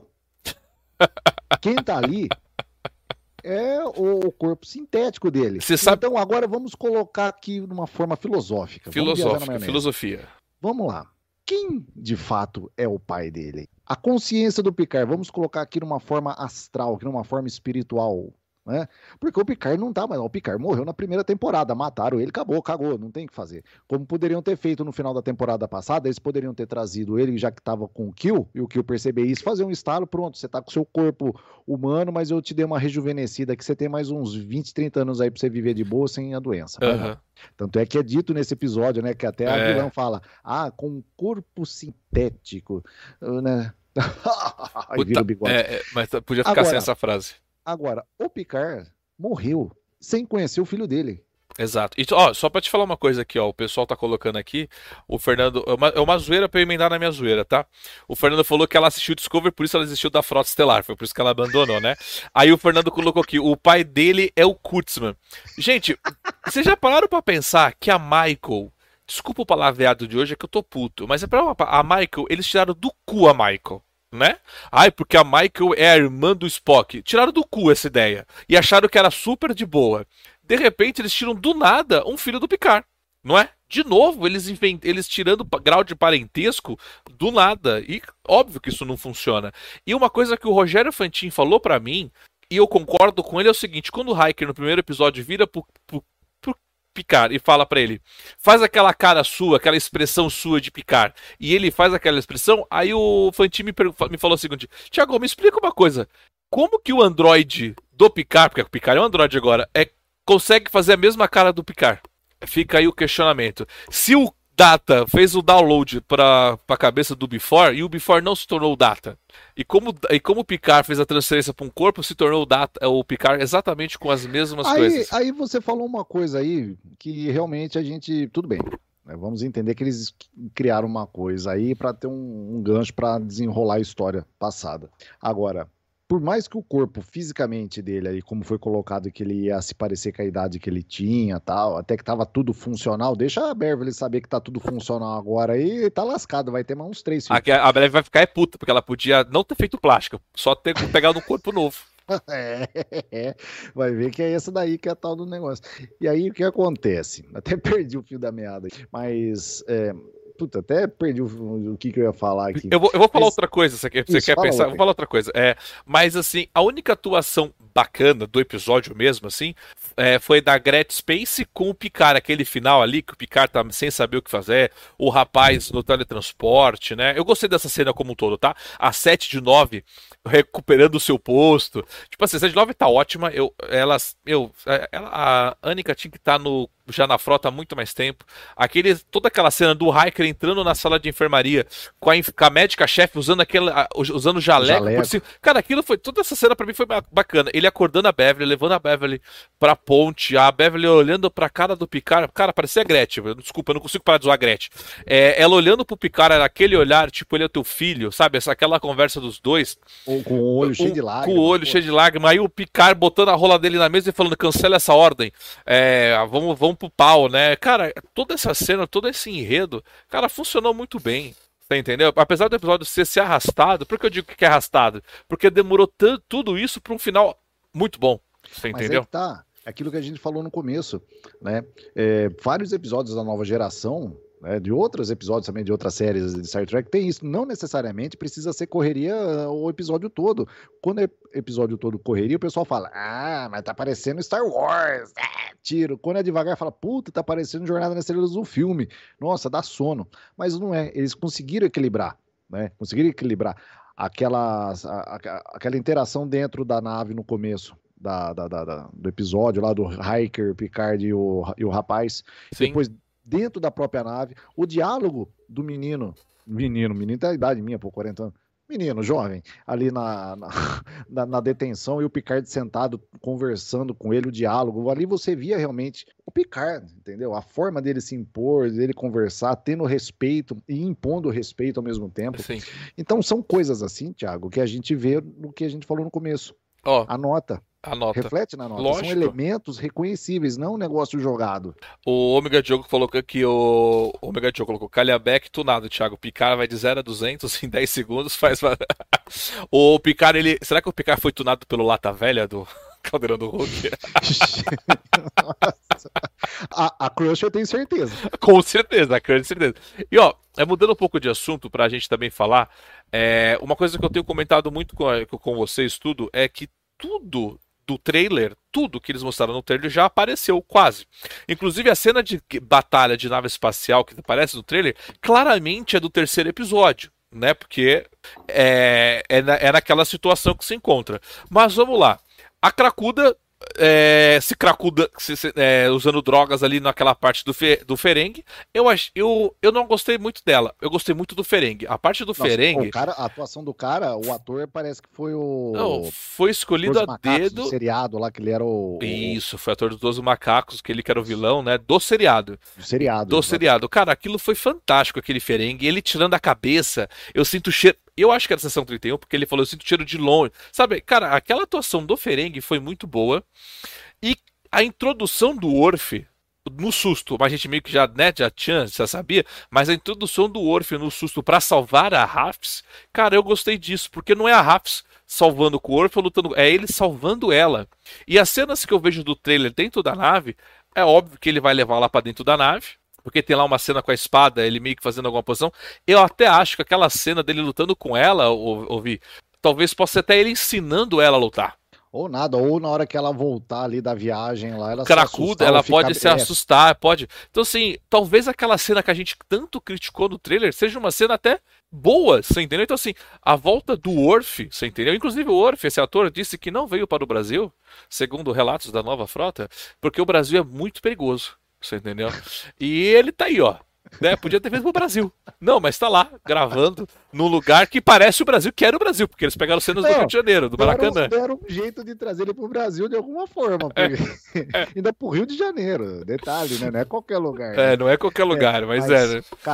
Quem tá ali é o, o corpo sintético dele. Você sabe, Então agora vamos colocar aqui numa forma filosófica. Vamos viajar na filosófica, maionese. filosofia. Vamos lá. Quem de fato é o pai dele? A consciência do Picard, vamos colocar aqui numa forma astral, aqui numa forma espiritual, né? Porque o Picard não tá mais, o Picard morreu na primeira temporada, mataram ele, acabou, cagou, não tem o que fazer. Como poderiam ter feito no final da temporada passada, eles poderiam ter trazido ele, já que tava com o Kill, e o Kill perceber isso, fazer um estalo, pronto, você tá com o seu corpo humano, mas eu te dei uma rejuvenescida, que você tem mais uns vinte, trinta anos aí pra você viver de boa sem a doença. Mas não. Aham. Tanto é que é dito nesse episódio, né, que até a É. vilã fala, ah, com um corpo sintético, né? Aí vira Puta, o bigode. é, é, mas podia ficar sem Agora, essa frase. agora, o Picard morreu sem conhecer o filho dele. Exato. E, ó, só pra te falar uma coisa aqui, ó, o pessoal tá colocando aqui, o Fernando, é uma, é uma zoeira pra eu emendar na minha zoeira, tá? O Fernando falou que ela assistiu o Discovery, por isso ela desistiu da Frota Estelar, foi por isso que ela abandonou, né? Aí o Fernando colocou aqui, o pai dele é o Kurtzman. Gente, vocês já pararam pra pensar que a Michael, desculpa o palavreado de hoje, é que eu tô puto, mas é pra uma, a Michael, eles tiraram do cu a Michael. Né? Ai, porque a Michael é a irmã do Spock. Tiraram do cu essa ideia. E acharam que era super de boa. De repente, eles tiram do nada um filho do Picard. Não é? De novo, eles, invent... eles tirando pa- grau de parentesco do nada. E óbvio que isso não funciona. E uma coisa que o Rogério Fantin falou pra mim, e eu concordo com ele, é o seguinte: quando o Hiker no primeiro episódio vira pro, pro, pro Picard e fala pra ele, faz aquela cara sua, aquela expressão sua de Picard, e ele faz aquela expressão, aí o Fantin me, pergu- me falou o seguinte: Tiago, me explica uma coisa, como que o androide do Picard, porque o Picard é um androide agora, é, consegue fazer a mesma cara do Picard? Fica aí o questionamento. Se o Data fez o download para a cabeça do Before e o Before não se tornou o Data, e como, e como o Picard fez a transferência para um corpo, se tornou o, Data, o Picard exatamente com as mesmas Aí, coisas. aí você falou uma coisa aí que realmente a gente. Tudo bem. Né? Vamos entender que eles criaram uma coisa aí para ter um, um gancho para desenrolar a história passada. Agora, por mais que o corpo fisicamente dele, aí, como foi colocado, que ele ia se parecer com a idade que ele tinha, tal, até que tava tudo funcional, deixa a Beverly saber que tá tudo funcional agora e tá lascado, vai ter mais uns três filhos. Aqui a Beverly vai ficar é puta, porque ela podia não ter feito plástica, só ter pegado um corpo novo. É, é, vai ver que é essa daí que é a tal do negócio. E aí o que acontece? Até perdi o fio da meada, mas é, puta, até perdi o, o que, que eu ia falar aqui. Eu vou, eu vou falar Mas, outra coisa, você quer, você isso, quer fala pensar? Eu outra. vou falar outra coisa. É, mas assim, a única atuação bacana do episódio mesmo, assim, é, foi da Gretchen Space com o Picard, aquele final ali, que o Picard tá sem saber o que fazer, o rapaz no teletransporte, né? Eu gostei dessa cena como um todo, tá? A sete de nove recuperando o seu posto. Tipo assim, a sete de nove tá ótima, eu, elas, eu, ela, a Annika tinha que estar tá no, já na frota há muito mais tempo. Aquele, toda aquela cena do Hiker entrando na sala de enfermaria com a, com a médica-chefe usando aquela, usando jaleco, Jaleco. por cima. Cara, aquilo foi, toda essa cena pra mim foi bacana. Ele acordando a Beverly, levando a Beverly pra ponte, a Beverly olhando pra cara do Picard, cara, parecia a Gretchen, desculpa, eu não consigo parar de zoar a Gretchen. É, ela olhando pro Picard, era aquele olhar, tipo, ele é teu filho, sabe? Essa, aquela conversa dos dois. Ou com o olho um, cheio de lágrimas. Com o olho pô. cheio de lágrimas, aí o Picard botando a rola dele na mesa e falando, cancela essa ordem, é, vamos, vamos pro pau, né? Cara, toda essa cena, todo esse enredo, cara, funcionou muito bem. Você entendeu? Apesar do episódio ser, ser arrastado, por que eu digo que é arrastado? Porque demorou tudo isso para um final muito bom. Você entendeu? Mas aí que tá, aquilo que a gente falou no começo, né? É, vários episódios da nova geração, né, de outros episódios também, de outras séries de Star Trek, tem isso. Não necessariamente precisa ser correria o episódio todo. Quando é episódio todo correria, o pessoal fala, ah, mas tá parecendo Star Wars, ah, tiro. Quando é devagar, fala, puta, tá parecendo Jornada nas Estrelas do filme. Nossa, dá sono. Mas não é, eles conseguiram equilibrar, né? Conseguiram equilibrar aquela, a, a, aquela interação dentro da nave no começo. Da, da, da, da, do episódio lá do Hiker, Picard e o, e o rapaz. Sim. Depois, dentro da própria nave, o diálogo do menino, menino, menino tem a idade minha, pô, quarenta anos, menino, jovem, ali na, na, na, na detenção e o Picard sentado conversando com ele, o diálogo, ali você via realmente o Picard, entendeu? A forma dele se impor, dele conversar, tendo respeito e impondo respeito ao mesmo tempo. Sim. Então são coisas assim, Thiago, que a gente vê no que a gente falou no começo. Ó, Anota. Anota. Reflete na nota. Lógico. São elementos reconhecíveis, não um negócio jogado. O Omega Diogo colocou aqui, o, o Omega Diogo colocou Calhambeck tunado, Thiago. Picard vai de zero a duzentos em dez segundos, faz... o Picard, ele... Será que o Picard foi tunado pelo Lata Velha do Caldeirão do Hulk? a, a Crush eu tenho certeza. Com certeza, a Crush, certeza. E ó, é, mudando um pouco de assunto pra gente também falar, é, uma coisa que eu tenho comentado muito com, com vocês tudo, é que tudo do trailer, tudo que eles mostraram no trailer já apareceu, quase. Inclusive a cena de batalha de nave espacial que aparece no trailer, claramente é do terceiro episódio, né? Porque é, é, na, é naquela situação que se encontra. Mas vamos lá. A Cracuda é, se cracuda se, se, é, usando drogas ali naquela parte do, fe, do Ferengue. Eu, ach, eu, eu não gostei muito dela. Eu gostei muito do Ferengue. A parte do Nossa, Ferengue. O cara, a atuação do cara, o ator parece que foi o. Não, foi escolhido a dedo. Do seriado lá, que ele era o. Isso, foi ator dos doze Macacos, que ele que era o vilão, né? Do seriado. Do seriado. Do seriado. Cara, aquilo foi fantástico, aquele Ferengue. Ele tirando a cabeça, eu sinto cheiro. Eu acho que era a sessão trinta e um, porque ele falou, eu sinto cheiro de longe. Sabe, cara, aquela atuação do Ferengue foi muito boa. E a introdução do Worf no susto, mas a gente meio que já, né, já tinha, já sabia, mas a introdução do Worf no susto pra salvar a Hafs, cara, eu gostei disso, porque não é a Hafs salvando com o Worf ou lutando, é ele salvando ela. E as cenas que eu vejo do trailer dentro da nave, é óbvio que ele vai levar lá pra dentro da nave, porque tem lá uma cena com a espada, ele meio que fazendo alguma posição. Eu até acho que aquela cena dele lutando com ela, ouvi, talvez possa ser até ele ensinando ela a lutar. Ou nada, ou na hora que ela voltar ali da viagem lá, ela Cracuda, se assustar, ela ficar... pode se assustar, pode. Então, assim, talvez aquela cena que a gente tanto criticou no trailer seja uma cena até boa, você entendeu? Então, assim, a volta do Worf, você entendeu? Inclusive, o Worf, esse ator, disse que não veio para o Brasil, segundo relatos da nova frota, porque o Brasil é muito perigoso, você entendeu? E ele tá aí, ó. Né? Podia ter feito pro Brasil. Não, mas tá lá, gravando num lugar que parece o Brasil, que era o Brasil, porque eles pegaram cenas não, do Rio de Janeiro, do Maracanã. Deram um jeito de trazer ele pro Brasil de alguma forma. Porque... É, é. Ainda pro Rio de Janeiro. Detalhe, né? Não é qualquer lugar. É, né? não é qualquer lugar, é, mas, mas é. Né? Cara,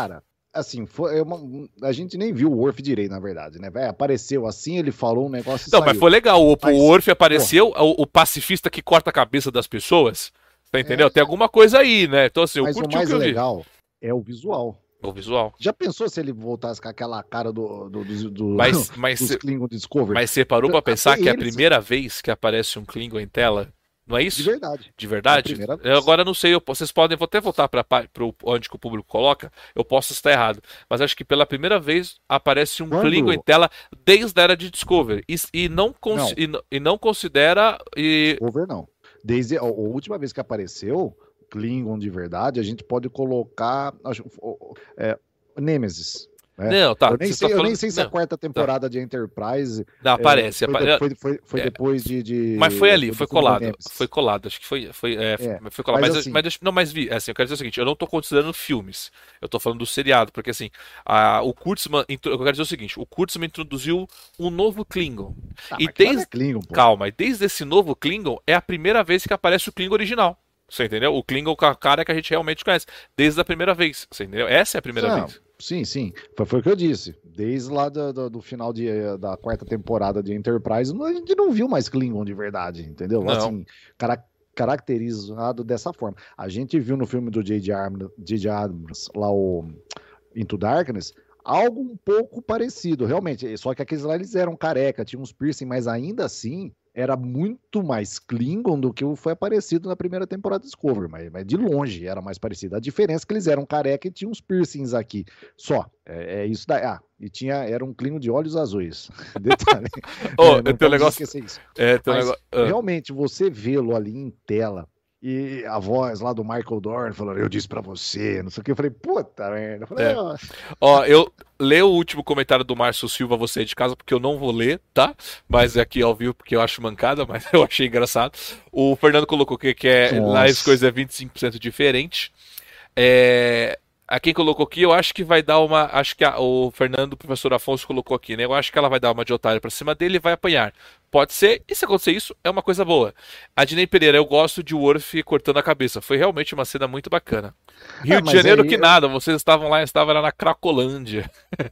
assim, foi uma, a gente nem viu o Worf direito, na verdade, né? Véio, apareceu assim, ele falou um negócio e Não, saiu. mas foi legal. O, Mas, o Worf porra, apareceu, o, o pacifista que corta a cabeça das pessoas. Tá entendeu? Tem é, alguma coisa aí, né? Então, assim, eu mas o curti o que mais eu vi. legal é o visual. O visual. Já pensou se ele voltasse com aquela cara do, do, do, do Mas, mas, dos Klingon Discovery? mas você parou pra Até pensar que é a eles, primeira vez que aparece um Klingon em tela? Não é de isso? verdade. De É a verdade? primeira Eu vez. agora não sei, eu, vocês podem, vou até voltar para onde que o público coloca, eu posso estar errado, mas acho que pela primeira vez aparece um Klingon em Quando. tela desde a era de Discovery e, e, não, cons, Não, e, e não considera. E... Discover não. Desde a, a última vez que apareceu, Klingon de verdade, a gente pode colocar. Acho, é, Nemesis. Né? Não, tá. Eu nem Você sei, tá eu nem falando. sei se a Não, quarta tá. temporada de Enterprise Não, é, aparece. foi, de, apare... foi, foi, foi é, depois de, de, Mas foi ali, do foi filme do colado. Nemesis. Foi colado, acho que foi. Foi, é, É, foi colado. mas Mas, assim, mas, deixa- não, mas vi, é assim, eu quero dizer o seguinte, eu não tô considerando filmes. Eu tô falando do seriado, porque assim, a, o Kurtzman. intro- Eu quero dizer o seguinte, o Kurtzman introduziu um novo Klingon. ah, E mas aquilo não é desde. Klingon, pô. Calma, e desde esse novo Klingon é a primeira vez que aparece o Klingon original. Você entendeu? O Klingon com a cara que a gente realmente conhece. Desde a primeira vez. Você entendeu? Essa é a primeira Não, vez. sim, sim. Foi, foi o que eu disse. Desde lá do, do, do final de, da quarta temporada de Enterprise, a gente não viu mais Klingon de verdade, entendeu? Não. Assim, cara, caracterizado dessa forma. A gente viu no filme do J J. Abrams, Abrams lá o Into Darkness, algo um pouco parecido, realmente. Só que aqueles lá eles eram careca, tinham uns piercing, mas ainda assim era muito mais Klingon do que o foi aparecido na primeira temporada de Discovery, mas, mas de longe era mais parecido. A diferença é que eles eram careca e tinham uns piercings aqui, só. É, é isso daí. Ah, e tinha, era um Klingon de olhos azuis. Detalhe. Oh, é, não tem um vamos negócio. esquecer isso. É, tem um Mas negócio. ah. realmente você vê-lo ali em tela e a voz lá do Michael Dorn falando, eu disse pra você, não sei o que, eu falei, puta merda. Eu falei, É. ó, Ó, eu leio o último comentário do Márcio Silva, você aí de casa, porque eu não vou ler, tá? Mas é aqui ao vivo, porque eu acho mancada, mas eu achei engraçado. O Fernando colocou que, que é, lá as nossa. coisas é vinte e cinco por cento diferente. É, a quem colocou aqui, eu acho que vai dar uma. Acho que a- o Fernando, o professor Afonso, colocou aqui, né? Eu acho que ela vai dar uma de otário pra cima dele e vai apanhar. Pode ser, e se acontecer isso, é uma coisa boa. A Dinei Pereira, eu gosto de Worf cortando a cabeça. Foi realmente uma cena muito bacana. Rio É, de mas Janeiro aí, que nada, vocês estavam lá, estavam lá na Cracolândia.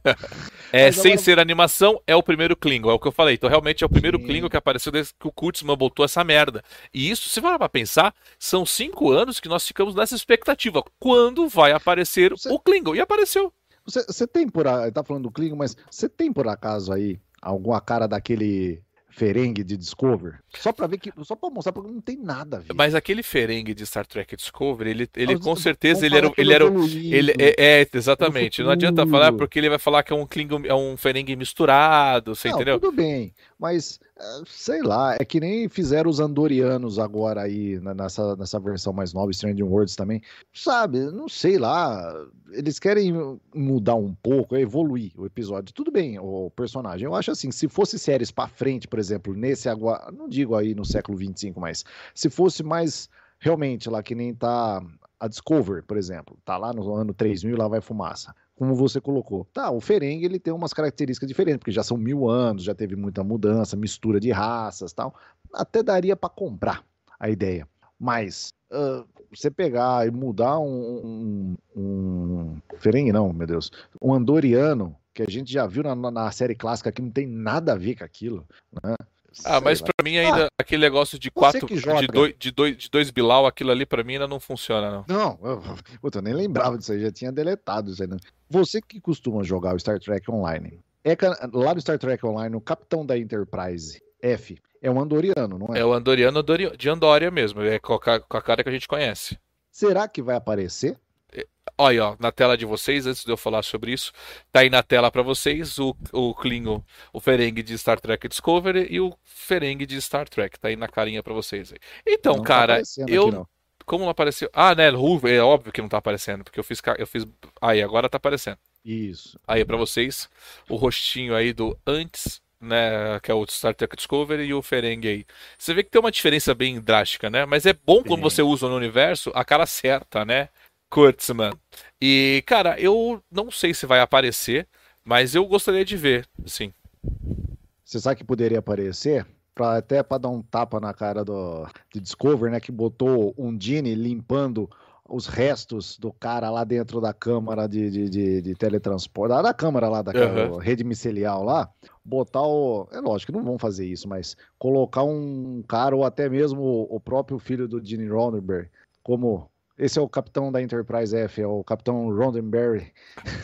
É, mas sem agora, ser animação, é o primeiro Klingon, é o que eu falei. Então, realmente, é o primeiro Klingon sim, que apareceu desde que o Kurtzman botou essa merda. E isso, se for pra pensar, são cinco anos que nós ficamos nessa expectativa. Quando vai aparecer você, o Klingon? E apareceu. você, você tem por, a- tá falando do Klingon, mas você tem por acaso aí alguma cara daquele Ferengue de Discover? Só pra ver que, só pra mostrar, porque não tem nada a ver. Mas aquele Ferengue de Star Trek Discovery, ele, ele Vamos com certeza ele falar era, o- que ele ele é era, o- ele evoluído, é, é, é do exatamente. Não adianta falar futuro. porque ele vai falar que é um Klingon, é um Ferengue misturado, você Não, entendeu? tudo bem, mas eh, sei lá, é que nem fizeram os Andorianos agora aí na- nessa, nessa versão mais nova, Strange Worlds também. Sabe, não sei lá, eles querem mudar um pouco, evoluir o episódio. Tudo bem, o personagem. Eu acho assim, se fosse séries pra frente, por exemplo, nesse agora, não digo aí no século vinte e cinco, mas se fosse mais realmente lá que nem tá a Discovery, por exemplo, tá lá no ano três mil, lá vai fumaça. Como você colocou. Tá, o Ferengue ele tem umas características diferentes, porque já são mil anos, já teve muita mudança, mistura de raças tal. Até daria pra comprar a ideia. Mas ah, você pegar e mudar um, um, um Ferengue, não, meu Deus, um Andoriano, que a gente já viu na, na- na série clássica que não tem nada a ver com aquilo, né? Ah, Sei mas lá. pra mim Ah, ainda aquele negócio de você quatro, que de joga. dois, de dois, de dois Bilal, aquilo ali pra mim ainda não funciona, não. Não, eu, puta, eu nem lembrava disso aí, já tinha deletado isso aí. Né? Você que costuma jogar o Star Trek Online, é ca- lá no Star Trek Online, o capitão da Enterprise, F, é um andoriano, não É é? o Andoriano Andori- de Andória mesmo, é com a, ca- com a cara que a gente conhece. Será que vai aparecer? Olha, aí, ó, na tela de vocês, antes de eu falar sobre isso, tá aí na tela pra vocês o, o Klingon, o Ferengue de Star Trek Discovery e o Ferengue de Star Trek, tá aí na carinha pra vocês aí. Então, Não tá cara, aparecendo aqui, eu não. como não apareceu? Ah, né, Ruivo, é óbvio que não tá aparecendo, porque eu fiz ca- eu fiz aí, agora tá aparecendo. Isso. Aí pra vocês o rostinho aí do antes, né, que é o Star Trek Discovery e o Ferengue aí. Você vê que tem uma diferença bem drástica, né? Mas é bom quando você Tem. usa no universo a cara certa, né? Kurtzman. E, cara, eu não sei se vai aparecer, mas eu gostaria de ver, sim. Você sabe que poderia aparecer? Pra, até para dar um tapa na cara do de Discover, né? Que botou um Gene limpando os restos do cara lá dentro da câmara de, de, de, de teletransporte, da, da câmara lá, daquela Uhum. rede micelial lá, botar o... É lógico que não vão fazer isso, mas colocar um cara, ou até mesmo o, o próprio filho do Gene Roddenberry, como... Esse é o capitão da Enterprise F, é o capitão Roddenberry.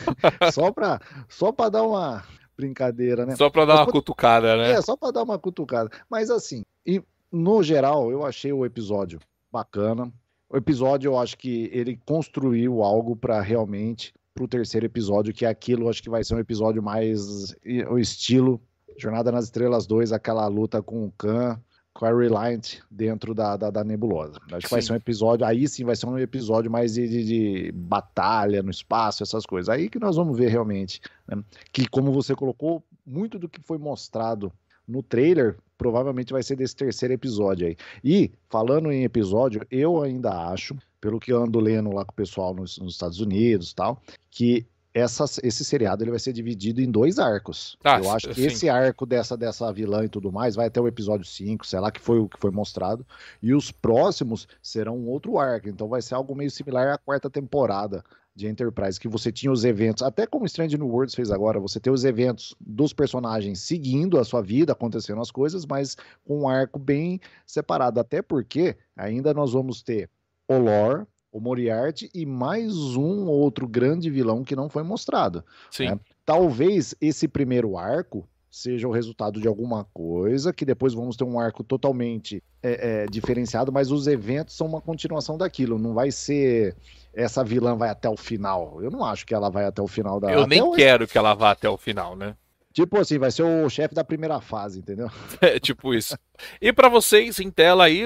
Só pra, só pra dar uma brincadeira, né? Só pra dar Mas, uma cutucada, né? é, só pra dar uma cutucada. Mas assim, e, no geral, eu achei o episódio bacana. O episódio, eu acho que ele construiu algo pra realmente, pro terceiro episódio, que é aquilo, acho que vai ser um episódio mais o estilo Jornada nas Estrelas dois, aquela luta com o Khan, com a Reliant dentro da, da, da nebulosa. Acho que Sim. vai ser um episódio, aí sim vai ser um episódio mais de, de, de batalha no espaço, essas coisas. Aí que nós vamos ver realmente, né? Que como você colocou, muito do que foi mostrado no trailer, provavelmente vai ser desse terceiro episódio aí. E, falando em episódio, eu ainda acho, pelo que eu ando lendo lá com o pessoal nos, nos Estados Unidos e tal, que essa, esse seriado ele vai ser dividido em dois arcos. Ah, eu acho que sim. esse arco dessa, dessa vilã e tudo mais vai até o episódio cinco, sei lá, que foi o que foi mostrado. E os próximos serão um outro arco. Então vai ser algo meio similar à quarta temporada de Enterprise, que você tinha os eventos, até como Strange New Worlds fez agora, você tem os eventos dos personagens seguindo a sua vida, acontecendo as coisas, mas com um arco bem separado. Até porque ainda nós vamos ter o Lore, o Moriarty e mais um outro grande vilão que não foi mostrado. Sim. Né? Talvez esse primeiro arco seja o resultado de alguma coisa, que depois vamos ter um arco totalmente é, é, diferenciado, mas os eventos são uma continuação daquilo, não vai ser essa vilã vai até o final. Eu não acho que ela vai até o final da... Eu até nem o... quero que ela vá até o final, né? Tipo assim, vai ser o chefe da primeira fase, entendeu? É tipo isso. E pra vocês em tela aí,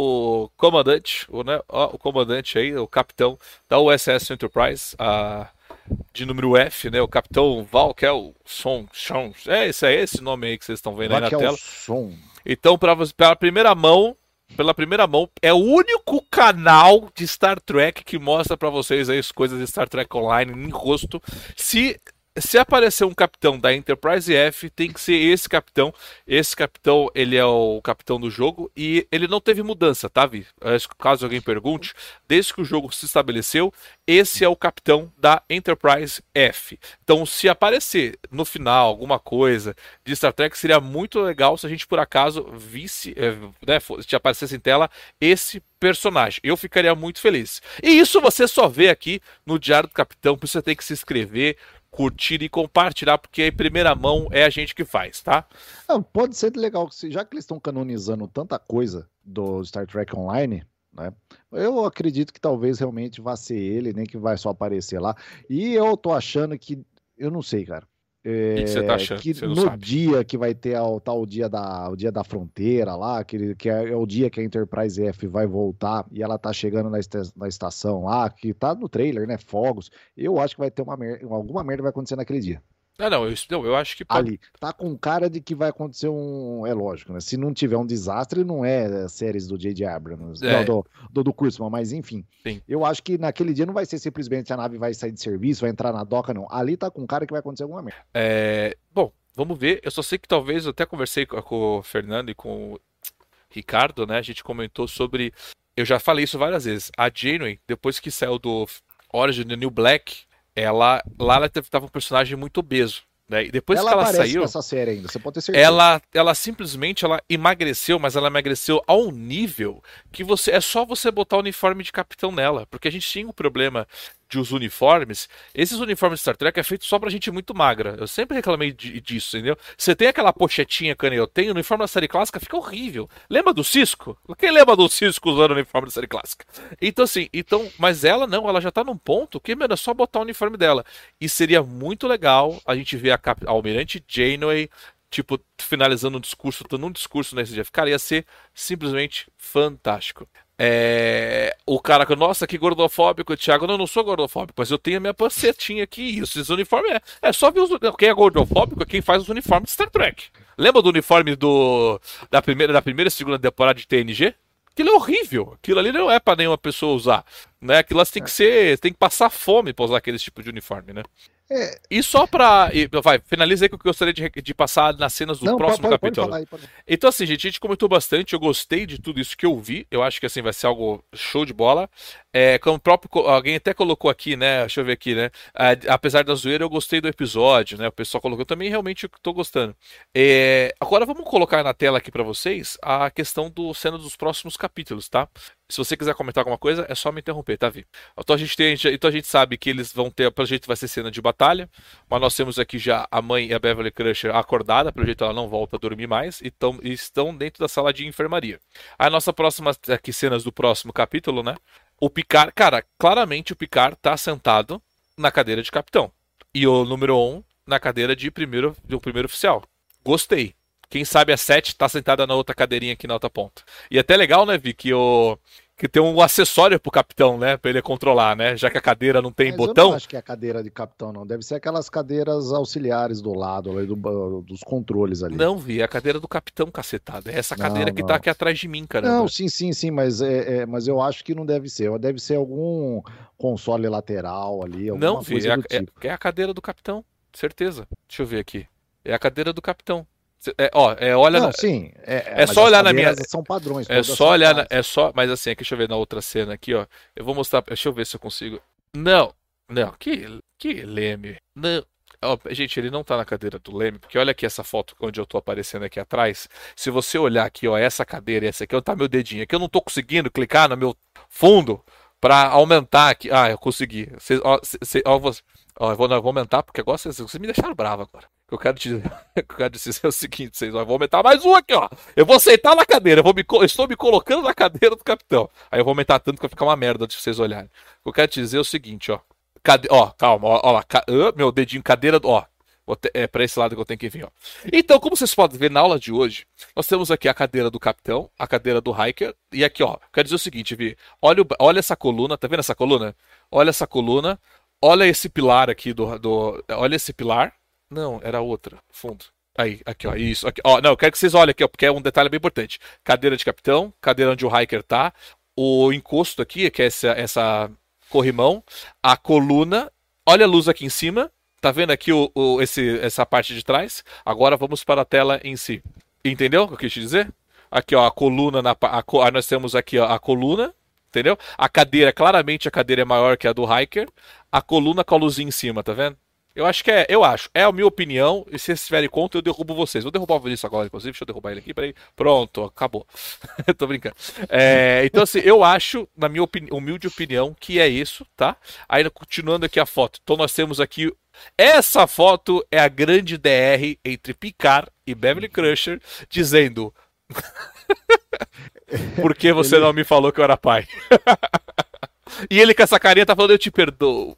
o comandante, o, né, ó, o comandante aí, o capitão da U S S Enterprise, a, de número F, né? O capitão Valkel Son, Son, é esse é esse nome aí que vocês estão vendo aí na tela. Som. Então, para pela primeira mão, pela primeira mão, é o único canal de Star Trek que mostra pra vocês aí as coisas de Star Trek Online em rosto. Se Se aparecer um capitão da Enterprise F, tem que ser esse capitão. Esse capitão, ele é o capitão do jogo e ele não teve mudança, tá, Vi? Caso alguém pergunte, desde que o jogo se estabeleceu, esse é o capitão da Enterprise F. Então, se aparecer no final alguma coisa de Star Trek, seria muito legal se a gente, por acaso, visse, né, se aparecesse em tela esse personagem. Eu ficaria muito feliz. E isso você só vê aqui no Diário do Capitão, por isso você tem que se inscrever, curtir e compartilhar, porque em primeira mão é a gente que faz, tá? Ah, pode ser legal, já que eles estão canonizando tanta coisa do Star Trek Online, né? Eu acredito que talvez realmente vá ser ele, nem que vai só aparecer lá. E eu tô achando que, eu não sei, cara. É, o que você tá achando? que Você não no sabe. dia que vai ter o tal dia da, o dia da fronteira lá, que, que é, é o dia que a Enterprise F vai voltar e ela tá chegando na, esta, na estação lá, que tá no trailer, né? Fogos. Eu acho que vai ter uma mer alguma merda vai acontecer naquele dia. Ah, não, eu, não, eu acho que pode. Ali, tá com cara de que vai acontecer um. É lógico, né? Se não tiver um desastre, não é séries do J J. Abrams, É. não, do, do, do Kurtzman, mas enfim. Sim. Eu acho que naquele dia não vai ser simplesmente a nave vai sair de serviço, vai entrar na doca, não. Ali tá com cara que vai acontecer alguma merda. É, bom, vamos ver. Eu só sei que talvez, eu até conversei com, com o Fernando e com o Ricardo, né? A gente comentou sobre. Eu já falei isso várias vezes. A Janeway, depois que saiu do Origin do New Black, ela lá ela tava um personagem muito obeso. Né? E depois ela que ela aparece saiu, nessa série ainda, você pode ter certeza. ela, ela simplesmente ela emagreceu, mas ela emagreceu a um nível que você é só você botar o uniforme de capitão nela, porque a gente tinha um problema de os uniformes. Esses uniformes de Star Trek é feito só pra gente muito magra. Eu sempre reclamei de, disso, entendeu? Você tem aquela pochetinha que eu tenho, o uniforme da série clássica fica horrível. Lembra do Cisco? Quem lembra do Cisco usando o uniforme da série clássica? Então assim, então, mas ela não, ela já tá num ponto que, mano, é só botar o uniforme dela. E seria muito legal a gente ver a, Cap a Almirante Janeway, tipo, finalizando um discurso, dando um discurso nesse dia. Cara, ia ser simplesmente fantástico. É... O cara que, nossa, que gordofóbico, Thiago. Não, eu não sou gordofóbico, mas eu tenho a minha pancetinha aqui. Esses uniformes é, é só ver os. Quem é gordofóbico é quem faz os uniformes de Star Trek. Lembra do uniforme do da primeira, da primeira e segunda temporada de T N G? Aquilo é horrível. Aquilo ali não é pra nenhuma pessoa usar. Né? Aquilo tem que ser. Tem que passar fome pra usar aquele tipo de uniforme, né? É... E só pra. E, vai, finaliza aí que eu gostaria de, de passar nas cenas do não, próximo pode, capítulo. Pode falar aí, pode... Então, assim, gente, a gente comentou bastante. Eu gostei de tudo isso que eu vi. Eu acho que assim vai ser algo show de bola. É, como o próprio, co- alguém até colocou aqui, né? Deixa eu ver aqui, né? Ah, apesar da zoeira, eu gostei do episódio, né? O pessoal colocou eu também, realmente eu tô gostando. É, agora vamos colocar na tela aqui pra vocês a questão do cena dos próximos capítulos, tá? Se você quiser comentar alguma coisa, é só me interromper, tá, Vi? Então a gente tem, então a gente sabe que eles vão ter, pelo jeito vai ser cena de batalha, mas nós temos aqui já a mãe e a Beverly Crusher acordada, pelo jeito ela não volta a dormir mais, e, tão, e estão dentro da sala de enfermaria. A nossa próxima aqui cenas do próximo capítulo, né? O Picard, cara, claramente o Picard tá sentado na cadeira de capitão. E o número um na cadeira de primeiro, do primeiro oficial. Gostei. Quem sabe a Sete tá sentada na outra cadeirinha aqui na outra ponta. E é até legal, né, Vi, que, o, que tem um acessório pro capitão, né, pra ele controlar, né? Já que a cadeira não tem Mas eu não botão. acho que é a cadeira de capitão, não. Deve ser aquelas cadeiras auxiliares do lado, ali, do, dos controles ali. Não, Vi, é a cadeira do capitão, cacetada. É essa cadeira Não, que tá não. aqui atrás de mim, Não, caramba. sim, sim, sim, mas, é, é- mas eu acho que não deve ser. Deve ser algum console lateral ali, Não, alguma Vi, coisa é a, do é, tipo. é a cadeira do capitão. Certeza. Deixa eu ver aqui. É a cadeira do capitão. Cê- É, ó, é, olha, Não, na- sim, é, é, é mas só as olhar na minha. cadeiras são padrões, É todas só são olhar, na- iguais. é só, mas assim, aqui, deixa eu ver na outra cena aqui, ó. Eu vou mostrar, deixa eu ver se eu consigo. Não, não, que, que Leme. Não. Ó, gente, ele não tá na cadeira do Leme, porque olha aqui essa foto onde eu tô aparecendo aqui atrás. Se você olhar aqui, ó, essa cadeira e essa aqui, onde tá meu dedinho aqui, eu não tô conseguindo clicar no meu fundo pra aumentar aqui. Ah, eu consegui. Cês, ó, cê- cê- ó, você- ó, eu vou, não, eu vou aumentar, porque agora vocês, vocês me deixaram bravo agora. O que eu quero te dizer, o que eu quero dizer é o seguinte, vocês, ó, eu vou aumentar mais um aqui, ó. Eu vou sentar na cadeira, eu, vou me, co- eu estou me colocando na cadeira do capitão. Aí eu vou aumentar tanto que vai ficar uma merda de vocês olharem. O que eu quero te dizer é o seguinte, ó. Cade... Ó, calma, ó, ó lá. Ca... ah, meu dedinho, cadeira. Ó, é pra esse lado que eu tenho que vir, ó. Então, como vocês podem ver na aula de hoje, nós temos aqui a cadeira do capitão, a cadeira do hiker, e aqui, ó. Quero dizer o seguinte, Vi. Olha, o... olha essa coluna, tá vendo essa coluna? Olha essa coluna. Olha esse pilar aqui do. do... Olha esse pilar. Não, era outra. Fundo. Aí, aqui, ó. Isso. Aqui, ó. Não, eu quero que vocês olhem aqui, ó, porque é um detalhe bem importante. Cadeira de capitão, cadeira onde o hiker tá. O encosto aqui, que é essa, essa corrimão, a coluna. Olha a luz aqui em cima. Tá vendo aqui o, o- esse, essa parte de trás? Agora vamos para a tela em si. Entendeu o que eu quis te dizer? Aqui, ó, a coluna na pa- a, co- aí nós temos aqui, ó, a coluna, entendeu? A cadeira, claramente a cadeira é maior que a do hiker. A coluna com a luzinha em cima, tá vendo? Eu acho que é, eu acho, é a minha opinião, e se vocês tiverem conta, eu derrubo vocês. Vou derrubar o Vinícius agora, inclusive, deixa eu derrubar ele aqui, peraí. Pronto, acabou. Tô brincando. É, então, assim, eu acho, na minha opini- humilde opinião, que é isso, tá? Aí, continuando aqui a foto. Então, nós temos aqui. Essa foto é a grande D R entre Picard e Beverly Crusher, dizendo: por que você Ele, não me falou que eu era pai? E ele com essa carinha tá falando: eu te perdoo.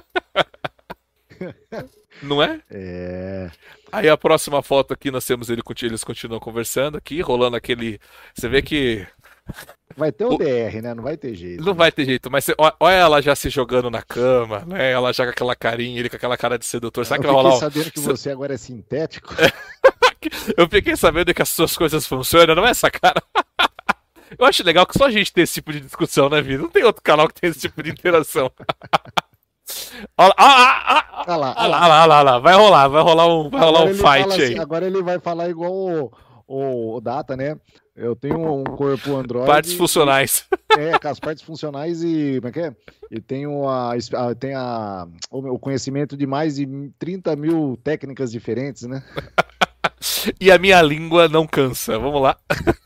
Não é? é, Aí a próxima foto aqui nós temos ele, eles continuam conversando aqui, rolando aquele. Você vê que vai ter o o- D R, né? Não vai ter jeito, não né? vai ter jeito, mas você... ó- olha ela já se jogando na cama, né? Ela já com aquela carinha, ele com aquela cara de sedutor. Será Eu que vai fiquei rolar? Um... sabendo que você agora é sintético. Eu fiquei sabendo que as suas coisas funcionam, não é essa cara? Eu acho legal que só a gente tem esse tipo de discussão, né, vida? Não tem outro canal que tem esse tipo de interação. Olha lá, ah, ah, Olha lá, ah, olha lá, lá. lá, lá, lá. Vai rolar, vai rolar um, vai rolar Agora um ele fala fight assim, aí. agora ele vai falar igual o, o, o Data, né? Eu tenho um corpo Partes Android e, funcionais. é, com as partes funcionais e como é que é? E tenho a, a, tem a, o o conhecimento de mais de trinta mil técnicas diferentes, né? E a minha língua não cansa. Vamos lá.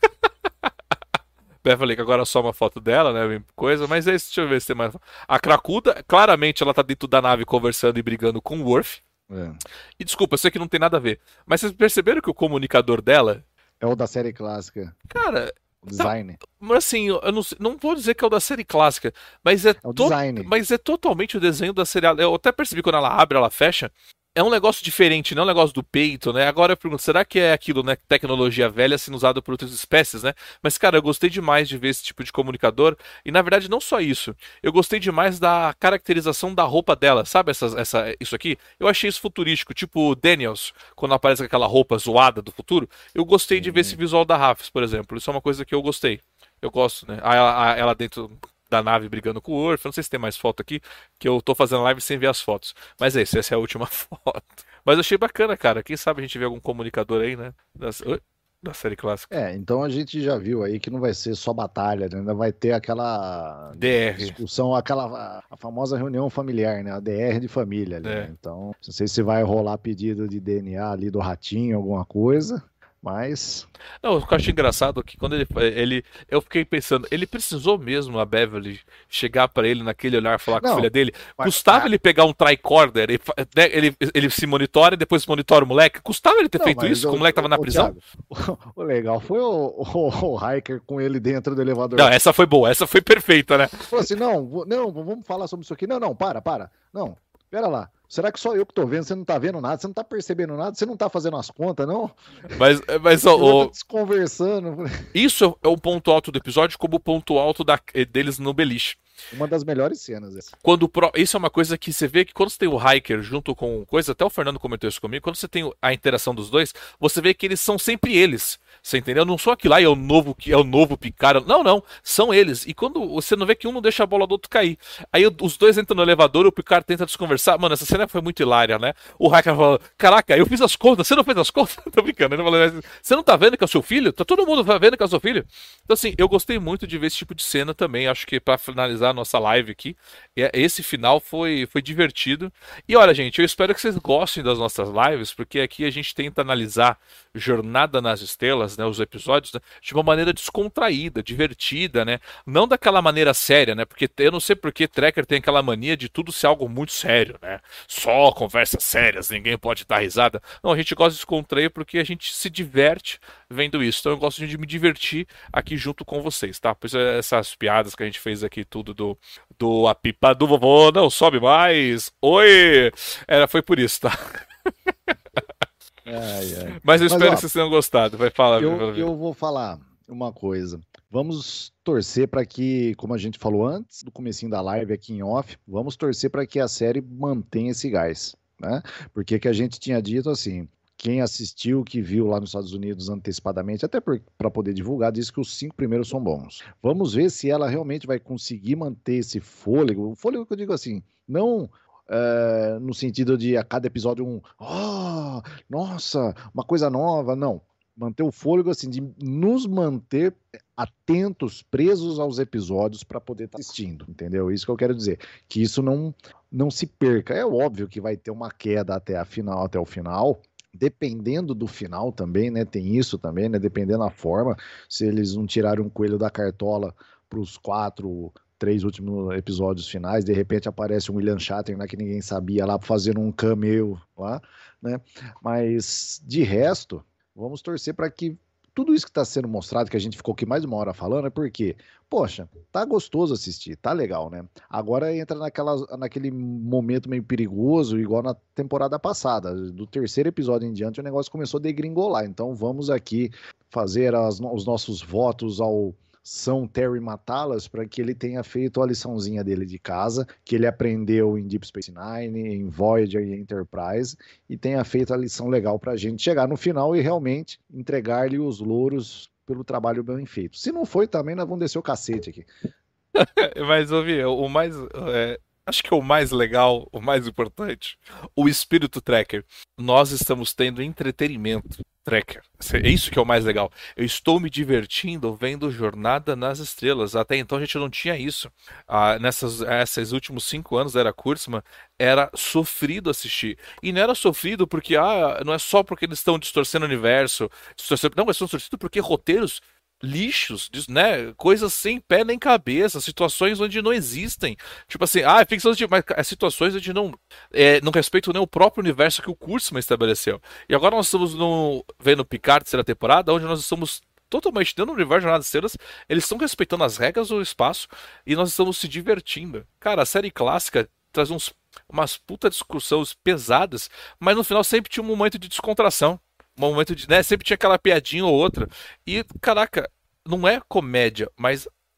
Eu falei que agora é só uma foto dela, né? Coisa, mas é isso, deixa eu ver se tem mais. A Cracuda, claramente ela tá dentro da nave conversando e brigando com o Worf. É, E desculpa, eu sei que não tem nada a ver. Mas vocês perceberam que o comunicador dela, é o da série clássica, cara, o tá. design. Mas assim, eu não, sei- não vou dizer que é o da série clássica, mas é, É o to- design. mas é totalmente o desenho da série. Eu até percebi quando ela abre, ela fecha. É um negócio diferente, não é um negócio do peito, né? Agora eu pergunto, será que é aquilo, né? Tecnologia velha sendo usada por outras espécies, né? Mas, cara, eu gostei demais de ver esse tipo de comunicador. E, na verdade, não só isso. Eu gostei demais da caracterização da roupa dela. Sabe essas, essa, isso aqui? Eu achei isso futurístico. Tipo o Daniels, quando aparece com aquela roupa zoada do futuro. Eu gostei de ver esse Sim. visual da Rafs, por exemplo. Isso é uma coisa que eu gostei. Eu gosto, né? A- a- Ela dentro da nave brigando com o Worf. Eu não sei se tem mais foto aqui, que eu tô fazendo live sem ver as fotos. Mas é isso, essa é a última foto. Mas eu achei bacana, cara. Quem sabe a gente vê algum comunicador aí, né? Das- Oi? da série clássica. É, então a gente já viu aí que não vai ser só batalha, né? Ainda vai ter aquela D R. discussão, aquela a famosa reunião familiar, né? A D R de família ali, né? É. Então, não sei se vai rolar pedido de D N A ali do ratinho, alguma coisa, mas Não, o que eu acho engraçado é que quando ele, ele. Eu fiquei pensando, ele precisou mesmo a Beverly chegar pra ele naquele olhar falar com a filha não, dele? mas, Custava ele pegar um tricorder, ele, fa- né, ele, ele se monitora e depois monitora o moleque? Custava ele ter não, feito mas isso? o, Com o moleque tava na o, o prisão? Thiago, o, o legal foi o, o, o Hiker com ele dentro do Não, elevador. essa foi boa, essa foi perfeita, né? Falou assim: não, vo- não, vamos falar sobre isso aqui. Não, não, para, para. Não, pera lá. Será que só eu que tô vendo? Você não tá vendo nada? Você não tá percebendo nada? Você não tá fazendo as contas, não? Mas, mas ó, Eu tô ó, desconversando. isso é o ponto alto do episódio, como o ponto alto da- deles no beliche. Uma das melhores cenas. Essa. Quando o pro- Isso é uma coisa que você vê que quando você tem o Hiker junto com coisa, até o Fernando comentou isso comigo, quando você tem a interação dos dois, você vê que eles são sempre eles. Você entendeu? Não sou aquilo lá, é o novo que é o novo Picard. Não, não, são eles. E quando você não vê que um não deixa a bola do outro cair. Aí o- os dois entram no elevador, o Picard tenta desconversar. Mano, essa cena foi muito hilária, né? O Hiker fala: Caraca, eu fiz as contas, você não fez as contas? Tô brincando, ele fala, você não tá vendo que é o seu filho? Tá todo mundo vendo que é o seu filho? Então, assim, eu gostei muito de ver esse tipo de cena também. Acho que pra finalizar a nossa live aqui, é- esse final foi, foi divertido. E olha, gente, eu espero que vocês gostem das nossas lives, porque aqui a gente tenta analisar Jornada nas Estrelas, né, os episódios, né, de uma maneira descontraída, divertida, né? Não daquela maneira séria, né? Porque eu não sei por que Trekker tem aquela mania de tudo ser algo muito sério, né? Só conversas sérias, ninguém pode dar risada. Não, a gente gosta de descontrair porque a gente se diverte vendo isso. Então eu gosto de me divertir aqui junto com vocês, tá? Pois é, essas piadas que a gente fez aqui, tudo do, do a pipa do vovô não sobe mais. Oi! Era, foi por isso, tá? Ai, ai. Mas eu Mas, espero ó, que vocês tenham gostado. Vai falar, eu, Vitor. eu vou falar uma coisa. Vamos torcer para que, como a gente falou antes do comecinho da live aqui em off, vamos torcer para que a série mantenha esse gás, né? Porque que a gente tinha dito assim, quem assistiu, que viu lá nos Estados Unidos antecipadamente, até para poder divulgar, disse que os cinco primeiros são bons. Vamos ver se ela realmente vai conseguir manter esse fôlego. O fôlego que eu digo assim, não é, no sentido de a cada episódio um, oh, nossa, uma coisa nova, não. Manter o fôlego assim, de nos manter atentos, presos aos episódios para poder estar assistindo, entendeu? Isso que eu quero dizer, que isso não não se perca. É óbvio que vai ter uma queda até a final, até o final, dependendo do final também, né? Tem isso também, né? Dependendo da forma, se eles não tirarem um coelho da cartola para os quatro, três últimos episódios finais, de repente aparece um William Shatner, né, que ninguém sabia lá, fazendo um cameo lá, né? Mas de resto, vamos torcer para que tudo isso que está sendo mostrado, que a gente ficou aqui mais de uma hora falando, é porque, poxa, tá gostoso assistir, tá legal, né? Agora entra naquela, naquele momento meio perigoso, igual na temporada passada. Do terceiro episódio em diante, o negócio começou a degringolar. Então vamos aqui fazer as, os nossos votos ao São Terry Matalas para que ele tenha feito a liçãozinha dele de casa, que ele aprendeu em Deep Space Nine, em Voyager e Enterprise, e tenha feito a lição legal para a gente chegar no final e realmente entregar-lhe os louros pelo trabalho bem feito. Se não foi também, nós vamos descer o cacete aqui. Mas, ouvi, o mais. É, acho que é o mais legal, o mais importante, o espírito tracker. Nós estamos tendo entretenimento tracker. É isso que é o mais legal. Eu estou me divertindo vendo Jornada nas Estrelas. Até então a gente não tinha isso. Ah, nessas esses últimos cinco anos da era Kurtzman, era sofrido assistir. E não era sofrido porque, ah, não é só porque eles estão distorcendo o universo. Distorcendo... Não, eles estão distorcendo porque roteiros lixos, né? Coisas sem pé nem cabeça, situações onde não existem. Tipo assim, ah, é ficção de... mas é situações onde não, é, não respeitam nem o próprio universo que o Kurtzman estabeleceu. E agora nós estamos no, vendo Picard, terceira temporada, onde nós estamos totalmente dentro do universo de Jornada das Estrelas, eles estão respeitando as regras do espaço e nós estamos se divertindo. Cara, a série clássica traz uns, umas puta discussões pesadas, mas no final sempre tinha um momento de descontração. Um momento de, né, sempre tinha aquela piadinha ou outra. E, caraca, não é comédia, mas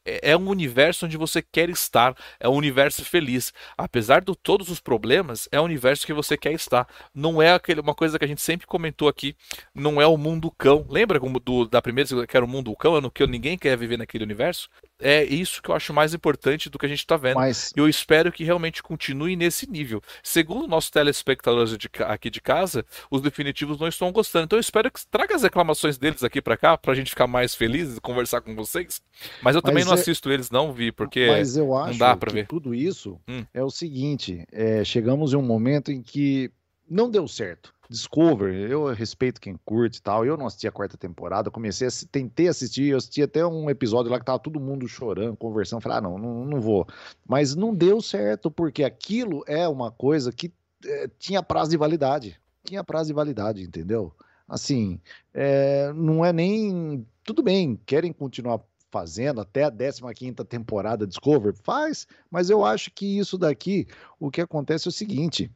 é é um universo onde você quer estar, é um universo feliz. Apesar de todos os problemas, é um universo que você quer estar. Não é aquele, uma coisa que a gente sempre comentou aqui, não é o mundo cão. Lembra como do, da primeira que era o mundo cão, no que ninguém quer viver naquele universo? É isso que eu acho mais importante do que a gente está vendo. Mas, E eu espero que realmente continue nesse nível. Segundo nossos telespectadores de ca- aqui de casa, os definitivos não estão gostando. Então eu espero que traga as reclamações deles aqui para cá, para a gente ficar mais feliz e conversar com vocês. Mas eu também mas, não é, assisto eles, não, Vi, porque mas eu não dá acho para que ver. tudo isso Hum, é o seguinte: é, chegamos em um momento em que não deu certo. Discover, eu respeito quem curte e tal. Eu não assisti a quarta temporada, comecei a assi- tentei assistir, eu assisti até um episódio lá que tava todo mundo chorando, conversando. Falei, ah, não, não, não vou. Mas não deu certo, porque aquilo é uma coisa que é, tinha prazo de validade. Tinha prazo de validade, entendeu? Assim, é, não é nem. Tudo bem, querem continuar fazendo até a décima quinta temporada Discover? Faz, mas eu acho que isso daqui, o que acontece é o seguinte.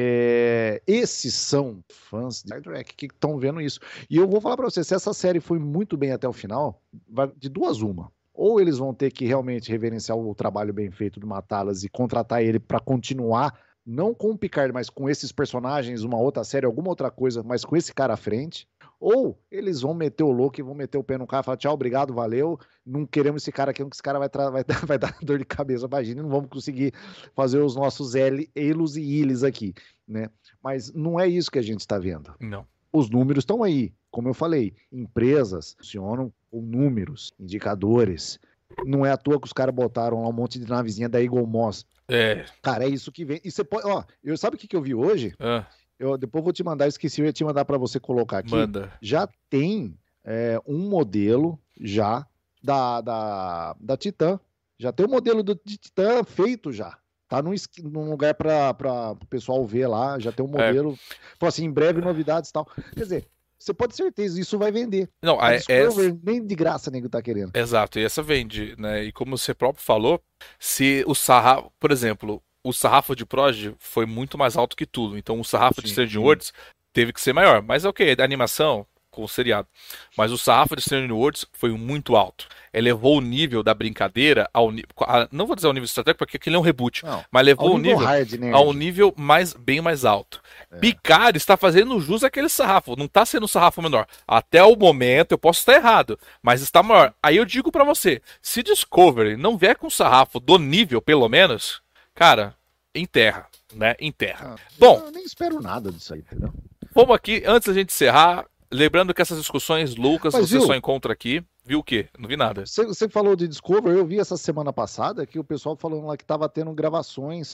É, esses são fãs de Star Trek que estão vendo isso. E eu vou falar para você, se essa série foi muito bem até o final, vai de duas uma. Ou eles vão ter que realmente reverenciar o trabalho bem feito do Matalas e contratar ele para continuar, não com o Picard, mas com esses personagens, uma outra série, alguma outra coisa, mas com esse cara à frente. Ou eles vão meter o louco e vão meter o pé no cara e falar, tchau, obrigado, valeu, não queremos esse cara aqui, que esse cara vai, vai, vai dar dor de cabeça pra gente, não vamos conseguir fazer os nossos L, elos e iles aqui, né? Mas não é isso que a gente está vendo. não. Os números estão aí, como eu falei, empresas funcionam com números, indicadores. Não é à toa que os caras botaram lá um monte de navezinha da Eagle Moss. É. Cara, é isso que vem. E você pode, ó, eu sabe o que, que eu vi hoje? Ah, Eu depois vou te mandar, eu esqueci, eu ia te mandar para você colocar aqui. manda. Já tem é, um modelo já da, da, da Titan. Já tem o modelo do, de Titan feito já. Tá num, esqui- num lugar para o pessoal ver lá. Já tem um É. modelo. Falou assim, em breve novidades e tal. Quer dizer, você pode ter certeza, isso vai vender. Não, A a, Discovery nem de graça nego tá querendo. exato, e essa vende, né? E como você próprio falou, se o sarrafo, por exemplo, o sarrafo de Prodigy foi muito mais alto que tudo, então o sarrafo de Sim, Strange sim. Worlds teve que ser maior, mas é ok, é da animação com o seriado. Mas o sarrafo de Strange Worlds foi muito alto. Elevou o nível da brincadeira ao nível, não vou dizer ao nível de Star Trek porque aquele é um reboot, Não, mas levou ao o nível nível hard, nerd. ao nível mais bem mais alto. É. Picard está fazendo jus àquele sarrafo, não está sendo um sarrafo menor. Até o momento, eu posso estar errado, mas está maior. Aí eu digo pra você, se Discovery não vier com sarrafo do nível, pelo menos, cara, enterra, né? Enterra. Ah, Bom, eu nem espero nada disso aí, entendeu? vamos aqui, antes da gente encerrar, lembrando que essas discussões loucas Mas, você viu? só encontra aqui. Viu o quê? Não vi nada. Você, você falou de Discovery, eu vi essa semana passada que o pessoal falando lá que tava tendo gravações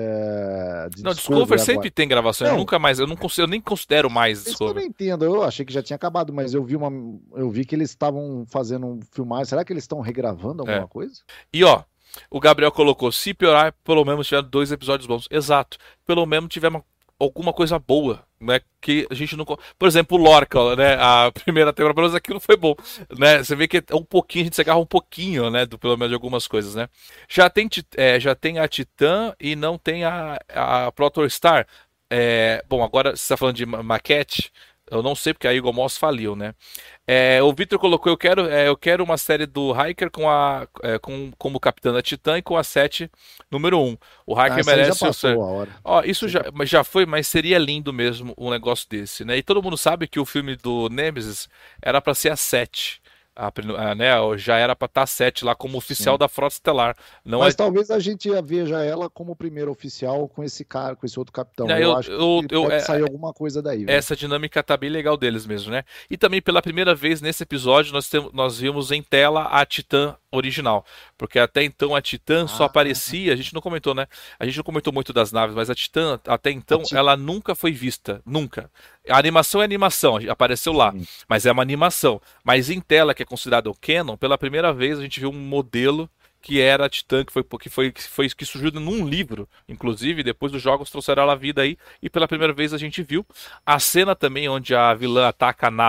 é, de Não, Discovery Discovery sempre agora. tem gravações, eu Não. nunca mais, eu, não, considero- eu nem considero mais Isso que eu não Discovery. entendo, eu achei que já tinha acabado, mas eu vi uma, eu vi que eles estavam fazendo um filmagem. Será que eles estão regravando alguma É. coisa? E ó, o Gabriel colocou, se piorar, pelo menos tiveram dois episódios bons. Exato. Pelo menos tivemos alguma coisa boa, né? Que a gente não. co- Por exemplo, o Lorca, né? A primeira temporada, pelo menos aquilo foi bom, né? Você vê que é um pouquinho, a gente se agarra um pouquinho, né? Do, pelo menos de algumas coisas, né? Já tem, Tit- é, já tem a Titã e não tem a, a Protostar. É, bom, agora você está falando de ma- maquete. Eu não sei porque a Eagle Moss faliu, né? É, o Victor colocou, eu quero, é, eu quero uma série do Hiker com a, é, com, como Capitã da Titã e com a sete número um. O Hiker Ah, essa aí já merece o passou ser. a hora. Ó, isso já, mas já foi, mas seria lindo mesmo um negócio desse, né? E todo mundo sabe que o filme do Nemesis era pra ser a sete. A, prim- a, né, já era pra estar a sete lá como oficial Sim. da Frota Estelar. Não Mas é. talvez a gente veja ela como primeiro oficial com esse cara, com esse outro capitão. Não, eu, eu- acho eu- que eu- pode é- sair alguma coisa daí. velho. Essa dinâmica tá bem legal deles mesmo, né? E também pela primeira vez nesse episódio nós, temos, nós vimos em tela a Titã original. Porque até então a Titã só Ah. aparecia, a gente não comentou, né? A gente não comentou muito das naves, mas a Titã, até então, A Ti- ela nunca foi vista. Nunca. A animação é animação, apareceu lá. Sim. Mas é uma animação. Mas em tela, que é considerado o canon, pela primeira vez a gente viu um modelo que era a Titã, que foi, que foi, que foi que surgiu num livro, inclusive, depois dos jogos trouxeram ela à vida aí, e pela primeira vez a gente viu a cena também onde a vilã ataca a nave,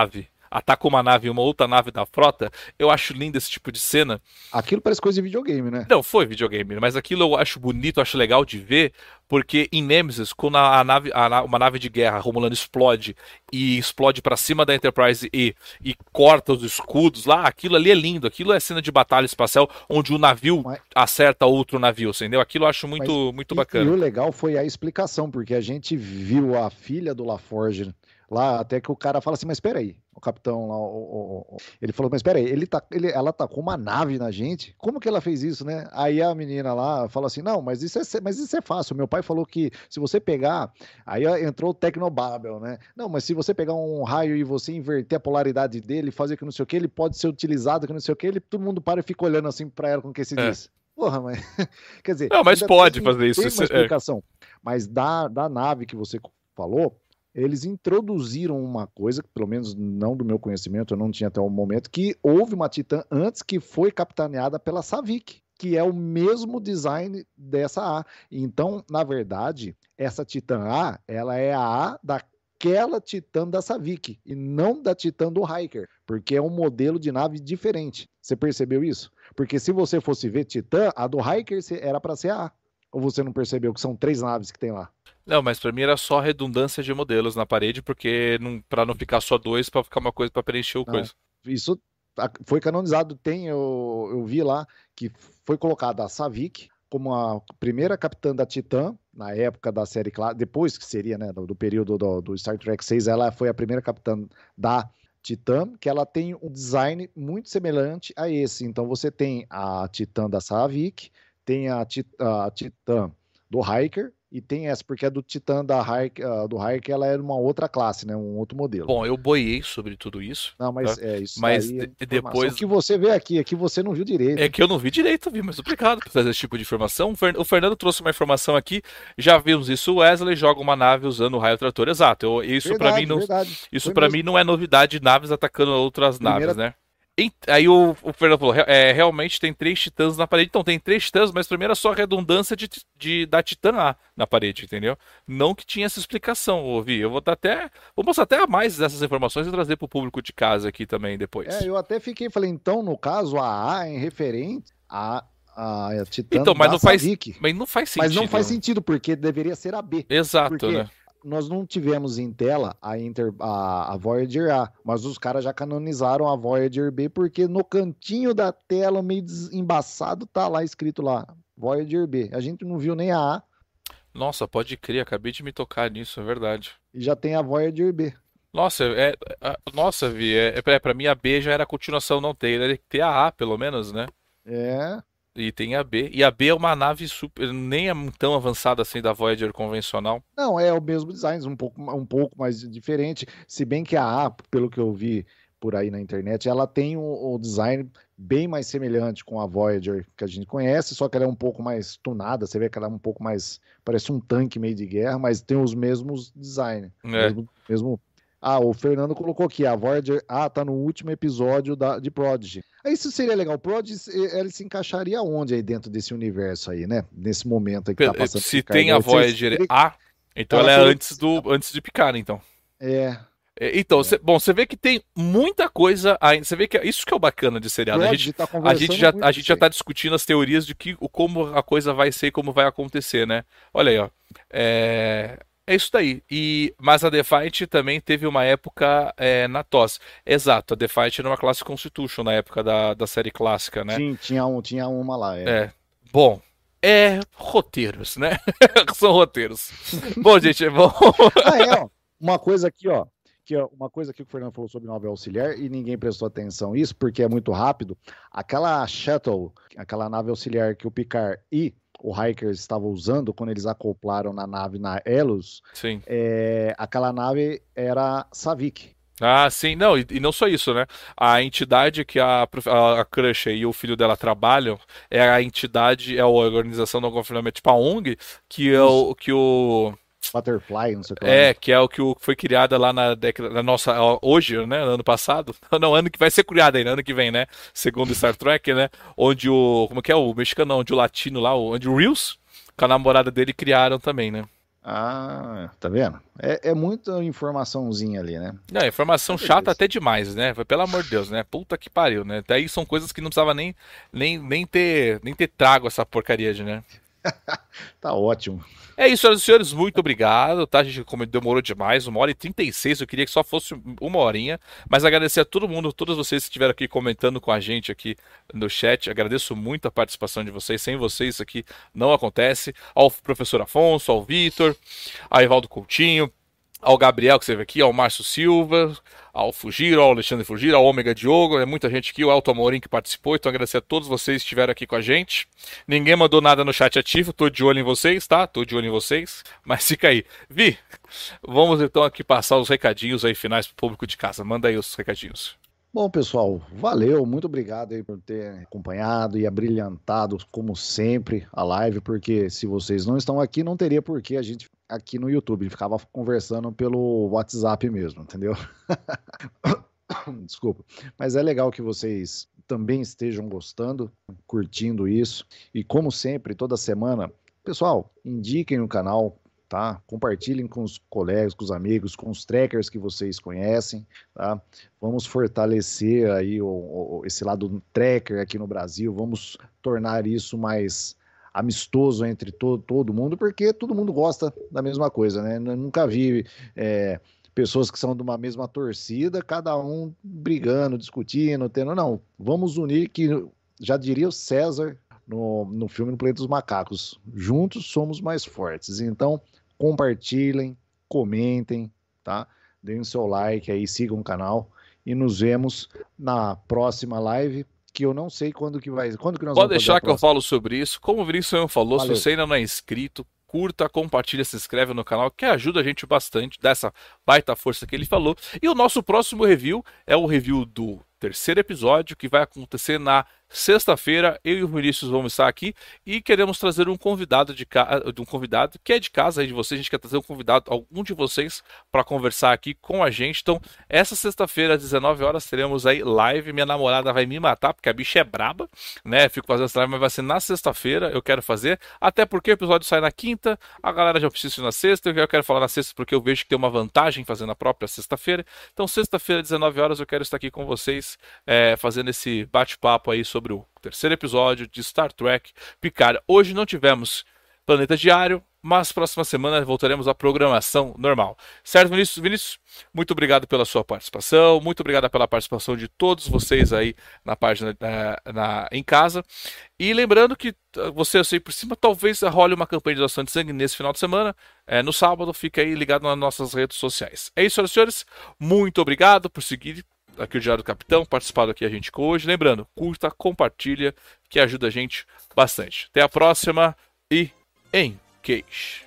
ataca uma nave e uma outra nave da frota. Eu acho lindo esse tipo de cena. Aquilo parece coisa de videogame, né? Não, foi videogame, mas aquilo eu acho bonito, acho legal de ver, porque em Nemesis, quando a, a nave, a na- uma nave de guerra, Romulano, explode e explode pra cima da Enterprise E e corta os escudos lá, aquilo ali é lindo, aquilo é cena de batalha espacial onde o navio Mas, acerta outro navio, entendeu? Aquilo eu acho mas muito, muito e, e o bacana. legal foi a explicação, porque a gente viu a filha do LaForge lá, até que o cara fala assim, mas espera aí, o capitão lá, o, o- o- ele falou, mas espera aí, ele tá, ele, ela tacou uma nave na gente? Como que ela fez isso, né? Aí a menina lá fala assim, não, mas isso é, mas isso é fácil, meu pai falou que se você pegar, aí entrou o Tecnobabel, né? Não, mas se você pegar um raio e você inverter a polaridade dele, fazer que não sei o que, ele pode ser utilizado que não sei o que, ele, todo mundo para e fica olhando assim pra ela com o que se É. diz. Porra, mas. Quer dizer, Não, mas ainda pode tem, fazer isso. tem Isso uma é- explicação. Mas da, da nave que você falou, eles introduziram uma coisa, que pelo menos não do meu conhecimento, eu não tinha até o momento, que houve uma Titã antes que foi capitaneada pela Savick, que é o mesmo design dessa A. Então, na verdade, essa Titã A, ela é a A daquela Titã da Savick, e não da Titã do Hiker, porque é um modelo de nave diferente. Você percebeu isso? Porque se você fosse ver Titã, a do Hiker era para ser a A. Ou você não percebeu que são três naves que tem lá? Não, mas pra mim era só redundância de modelos na parede, porque não, para não ficar só dois, pra ficar uma coisa pra preencher o Não, coisa. isso foi canonizado. Tem, eu, eu vi lá que foi colocada a Savick como a primeira capitã da Titã, na época da série clássica, depois que seria, né, do, do período do, do Star Trek seis, ela foi a primeira capitã da Titã, que ela tem um design muito semelhante a esse. Então você tem a Titã da Savick, tem a, Tit- a Titã do Hiker, e tem essa, porque a do Titã da Hiker, a do Hiker, ela é uma outra classe, né, um outro modelo. Bom, eu boiei sobre tudo isso, Não, mas tá? é isso Mas daí é de- informação depois que você vê aqui, aqui você não viu direito, é hein? que eu não vi direito, vi, mas obrigado por trazer esse tipo de informação. O Fer- o Fernando trouxe uma informação aqui, já vimos isso. O Wesley joga uma nave usando o raio trator. Exato. Eu- isso pra mim Verdade, não, verdade. isso Foi para mim mesmo. não é novidade, naves atacando outras naves, Primeira, né? Em- Aí o, o Fernando falou, "Re- é, realmente tem três titãs na parede. Então, tem três titãs, mas primeiro é só a redundância de, ti- de- da titã A na parede, entendeu? Não que tinha essa explicação, ouvi. Eu vou dar até. Vou mostrar até mais dessas informações e trazer pro público de casa aqui também é, depois. eu até fiquei, falei, então, no caso, a A é referente à, à Titã Então, mas da não faz. Savick. Mas não faz Mas não faz sentido. sentido, porque deveria ser a B. Exato, Porque né? nós não tivemos em tela a, Inter, a, a Voyager A, mas os caras já canonizaram a Voyager B, porque no cantinho da tela, meio des- embaçado, tá lá escrito lá, Voyager B. A gente não viu nem a A Nossa, pode crer, acabei de me tocar nisso, é verdade. e já tem a Voyager B. Nossa, é, é- nossa, Vi, é, é, pra mim a B já era a continuação, não tem, era ter a A, pelo menos, né? É, E tem a B. E a B é uma nave super, nem é tão avançada assim da Voyager convencional. não, é o mesmo design, um pouco, um pouco mais diferente, se bem que a A, pelo que eu vi por aí na internet, ela tem o, o design bem mais semelhante com a Voyager que a gente conhece, só que ela é um pouco mais tunada, você vê que ela é um pouco mais, parece um tanque meio de guerra, mas tem os mesmos design, É. mesmo, mesmo... Ah, o Fernando colocou aqui, a Voyager A tá no último episódio da, de Prodigy. Aí isso seria legal, Prodigy, eh, ela se encaixaria onde aí dentro desse universo aí, né? Nesse momento aí que tá Pe- passando. Se Picard. tem a Aí vocês- Voyager ele- A, então ela ela é falou antes do antes de Picard, então. É, É, Então, é. cê- bom, você vê que tem muita coisa ainda. Você vê que é- isso que é o bacana de seriado. A Prodigy gente, tá a gente conversando já, muito a com gente já você. tá discutindo as teorias de que, o, como a coisa vai ser e como vai acontecer, né? Olha aí, ó. É, é isso daí. E, mas a Defiant também teve uma época é, na T O S. Exato, a Defiant era uma classe Constitution na época da, da série clássica, né? Tinha, tinha, um, tinha uma lá, é. É. Bom, é roteiros, né? São roteiros. Bom, gente, é bom. Ah, é, ó. Uma coisa aqui, ó. Que, ó, uma coisa aqui que o Fernando falou sobre nave auxiliar e ninguém prestou atenção nisso, porque é muito rápido. Aquela shuttle, aquela nave auxiliar que o Picard e o Riker estavam usando quando eles acoplaram na nave na Elos, Sim. é, aquela nave era Savick. Ah, sim, não, e, e não só isso, né? A entidade que a, prof- a, a Crusher e o filho dela trabalham é a entidade, é a organização não governamental, tipo a ONG, que é o que o Butterfly, não sei o que lá, é, né? que é o que o, foi criada lá na década, na nossa, ó, hoje, né, ano passado, não, ano que vai ser criada ainda, ano que vem, né, segundo Star Trek, né, onde o, como que é, o mexicano, não, onde o latino lá, o- onde o Rios, com a namorada dele criaram também, né. Ah, tá vendo? É, é muita informaçãozinha ali, né? Não, informação Mas chata beleza. até demais, né? Pelo amor de Deus, né? Puta que pariu, né? Daí são coisas que não precisava nem, nem, nem ter, nem ter trago essa porcaria de, né? Tá ótimo. É isso, senhoras e senhores, muito obrigado, tá? A gente como demorou demais, uma hora e trinta e seis, eu queria que só fosse uma horinha, mas agradecer a todo mundo, todos vocês que estiveram aqui comentando com a gente aqui no chat, agradeço muito a participação de vocês, sem vocês isso aqui não acontece, ao professor Afonso, ao Vitor, ao Evaldo Coutinho, ao Gabriel que esteve aqui, ao Márcio Silva, ao Fugiro, ao Alexandre Fugiro, ao Ômega Diogo, é muita gente aqui, o Elton Amorim que participou, então agradecer a todos vocês que estiveram aqui com a gente. Ninguém mandou nada no chat ativo, tô de olho em vocês, tá? Tô de olho em vocês, mas fica aí. Vi, vamos então aqui passar os recadinhos aí finais pro público de casa, manda aí os recadinhos. Bom, pessoal, valeu, muito obrigado aí por ter acompanhado e abrilhantado, como sempre, a live, porque se vocês não estão aqui, não teria por que a gente aqui no YouTube, ficava conversando pelo WhatsApp mesmo, entendeu? Desculpa, mas é legal que vocês também estejam gostando, curtindo isso, e como sempre, toda semana, pessoal, indiquem o canal, tá? Compartilhem com os colegas, com os amigos, com os trackers que vocês conhecem, tá? Vamos fortalecer aí o, o, esse lado do tracker aqui no Brasil, vamos tornar isso mais amistoso entre todo, todo mundo, porque todo mundo gosta da mesma coisa, né? Eu nunca vi é, pessoas que são de uma mesma torcida, cada um brigando, discutindo, tendo, não, vamos unir que, já diria o César no, no filme No Planeta dos Macacos, juntos somos mais fortes, então compartilhem, comentem, tá? Deem o seu like aí, sigam o canal e nos vemos na próxima live, que eu não sei quando que vai, quando que nós Pode vamos fazer a deixar que eu próxima. falo sobre isso. Como o Vinícius falou, se Valeu. você ainda não é inscrito, curta, compartilha, se inscreve no canal, que ajuda a gente bastante, dá essa baita força que ele falou. E o nosso próximo review é o review do terceiro episódio, que vai acontecer na sexta-feira. Eu e o Vinícius vamos estar aqui e queremos trazer um convidado de casa, um convidado que é de casa aí de vocês. A gente quer trazer um convidado, algum de vocês, para conversar aqui com a gente. Então, essa sexta-feira às dezenove horas teremos aí live. Minha namorada vai me matar porque a bicha é braba, né? Fico fazendo essa live, mas vai ser na sexta-feira. Eu quero fazer, até porque o episódio sai na quinta. A galera já precisa ir na sexta. Eu quero falar na sexta porque eu vejo que tem uma vantagem fazendo a própria sexta-feira. Então, sexta-feira às dezenove horas eu quero estar aqui com vocês. É, fazendo esse bate-papo aí sobre o terceiro episódio de Star Trek Picard. Hoje não tivemos Planeta Diário, mas próxima semana voltaremos à programação normal. Certo, Vinícius? Vinícius, muito obrigado pela sua participação, muito obrigado pela participação de todos vocês aí na página na, na, em casa. E lembrando que você, eu sei por cima, talvez role uma campanha de doação de sangue nesse final de semana. É, no sábado, fica aí ligado nas nossas redes sociais. É isso, senhoras e senhores. Muito obrigado por seguir aqui o Diário do Capitão, participado aqui a gente com hoje. Lembrando, curta, compartilha, que ajuda a gente bastante. Até a próxima e em cage.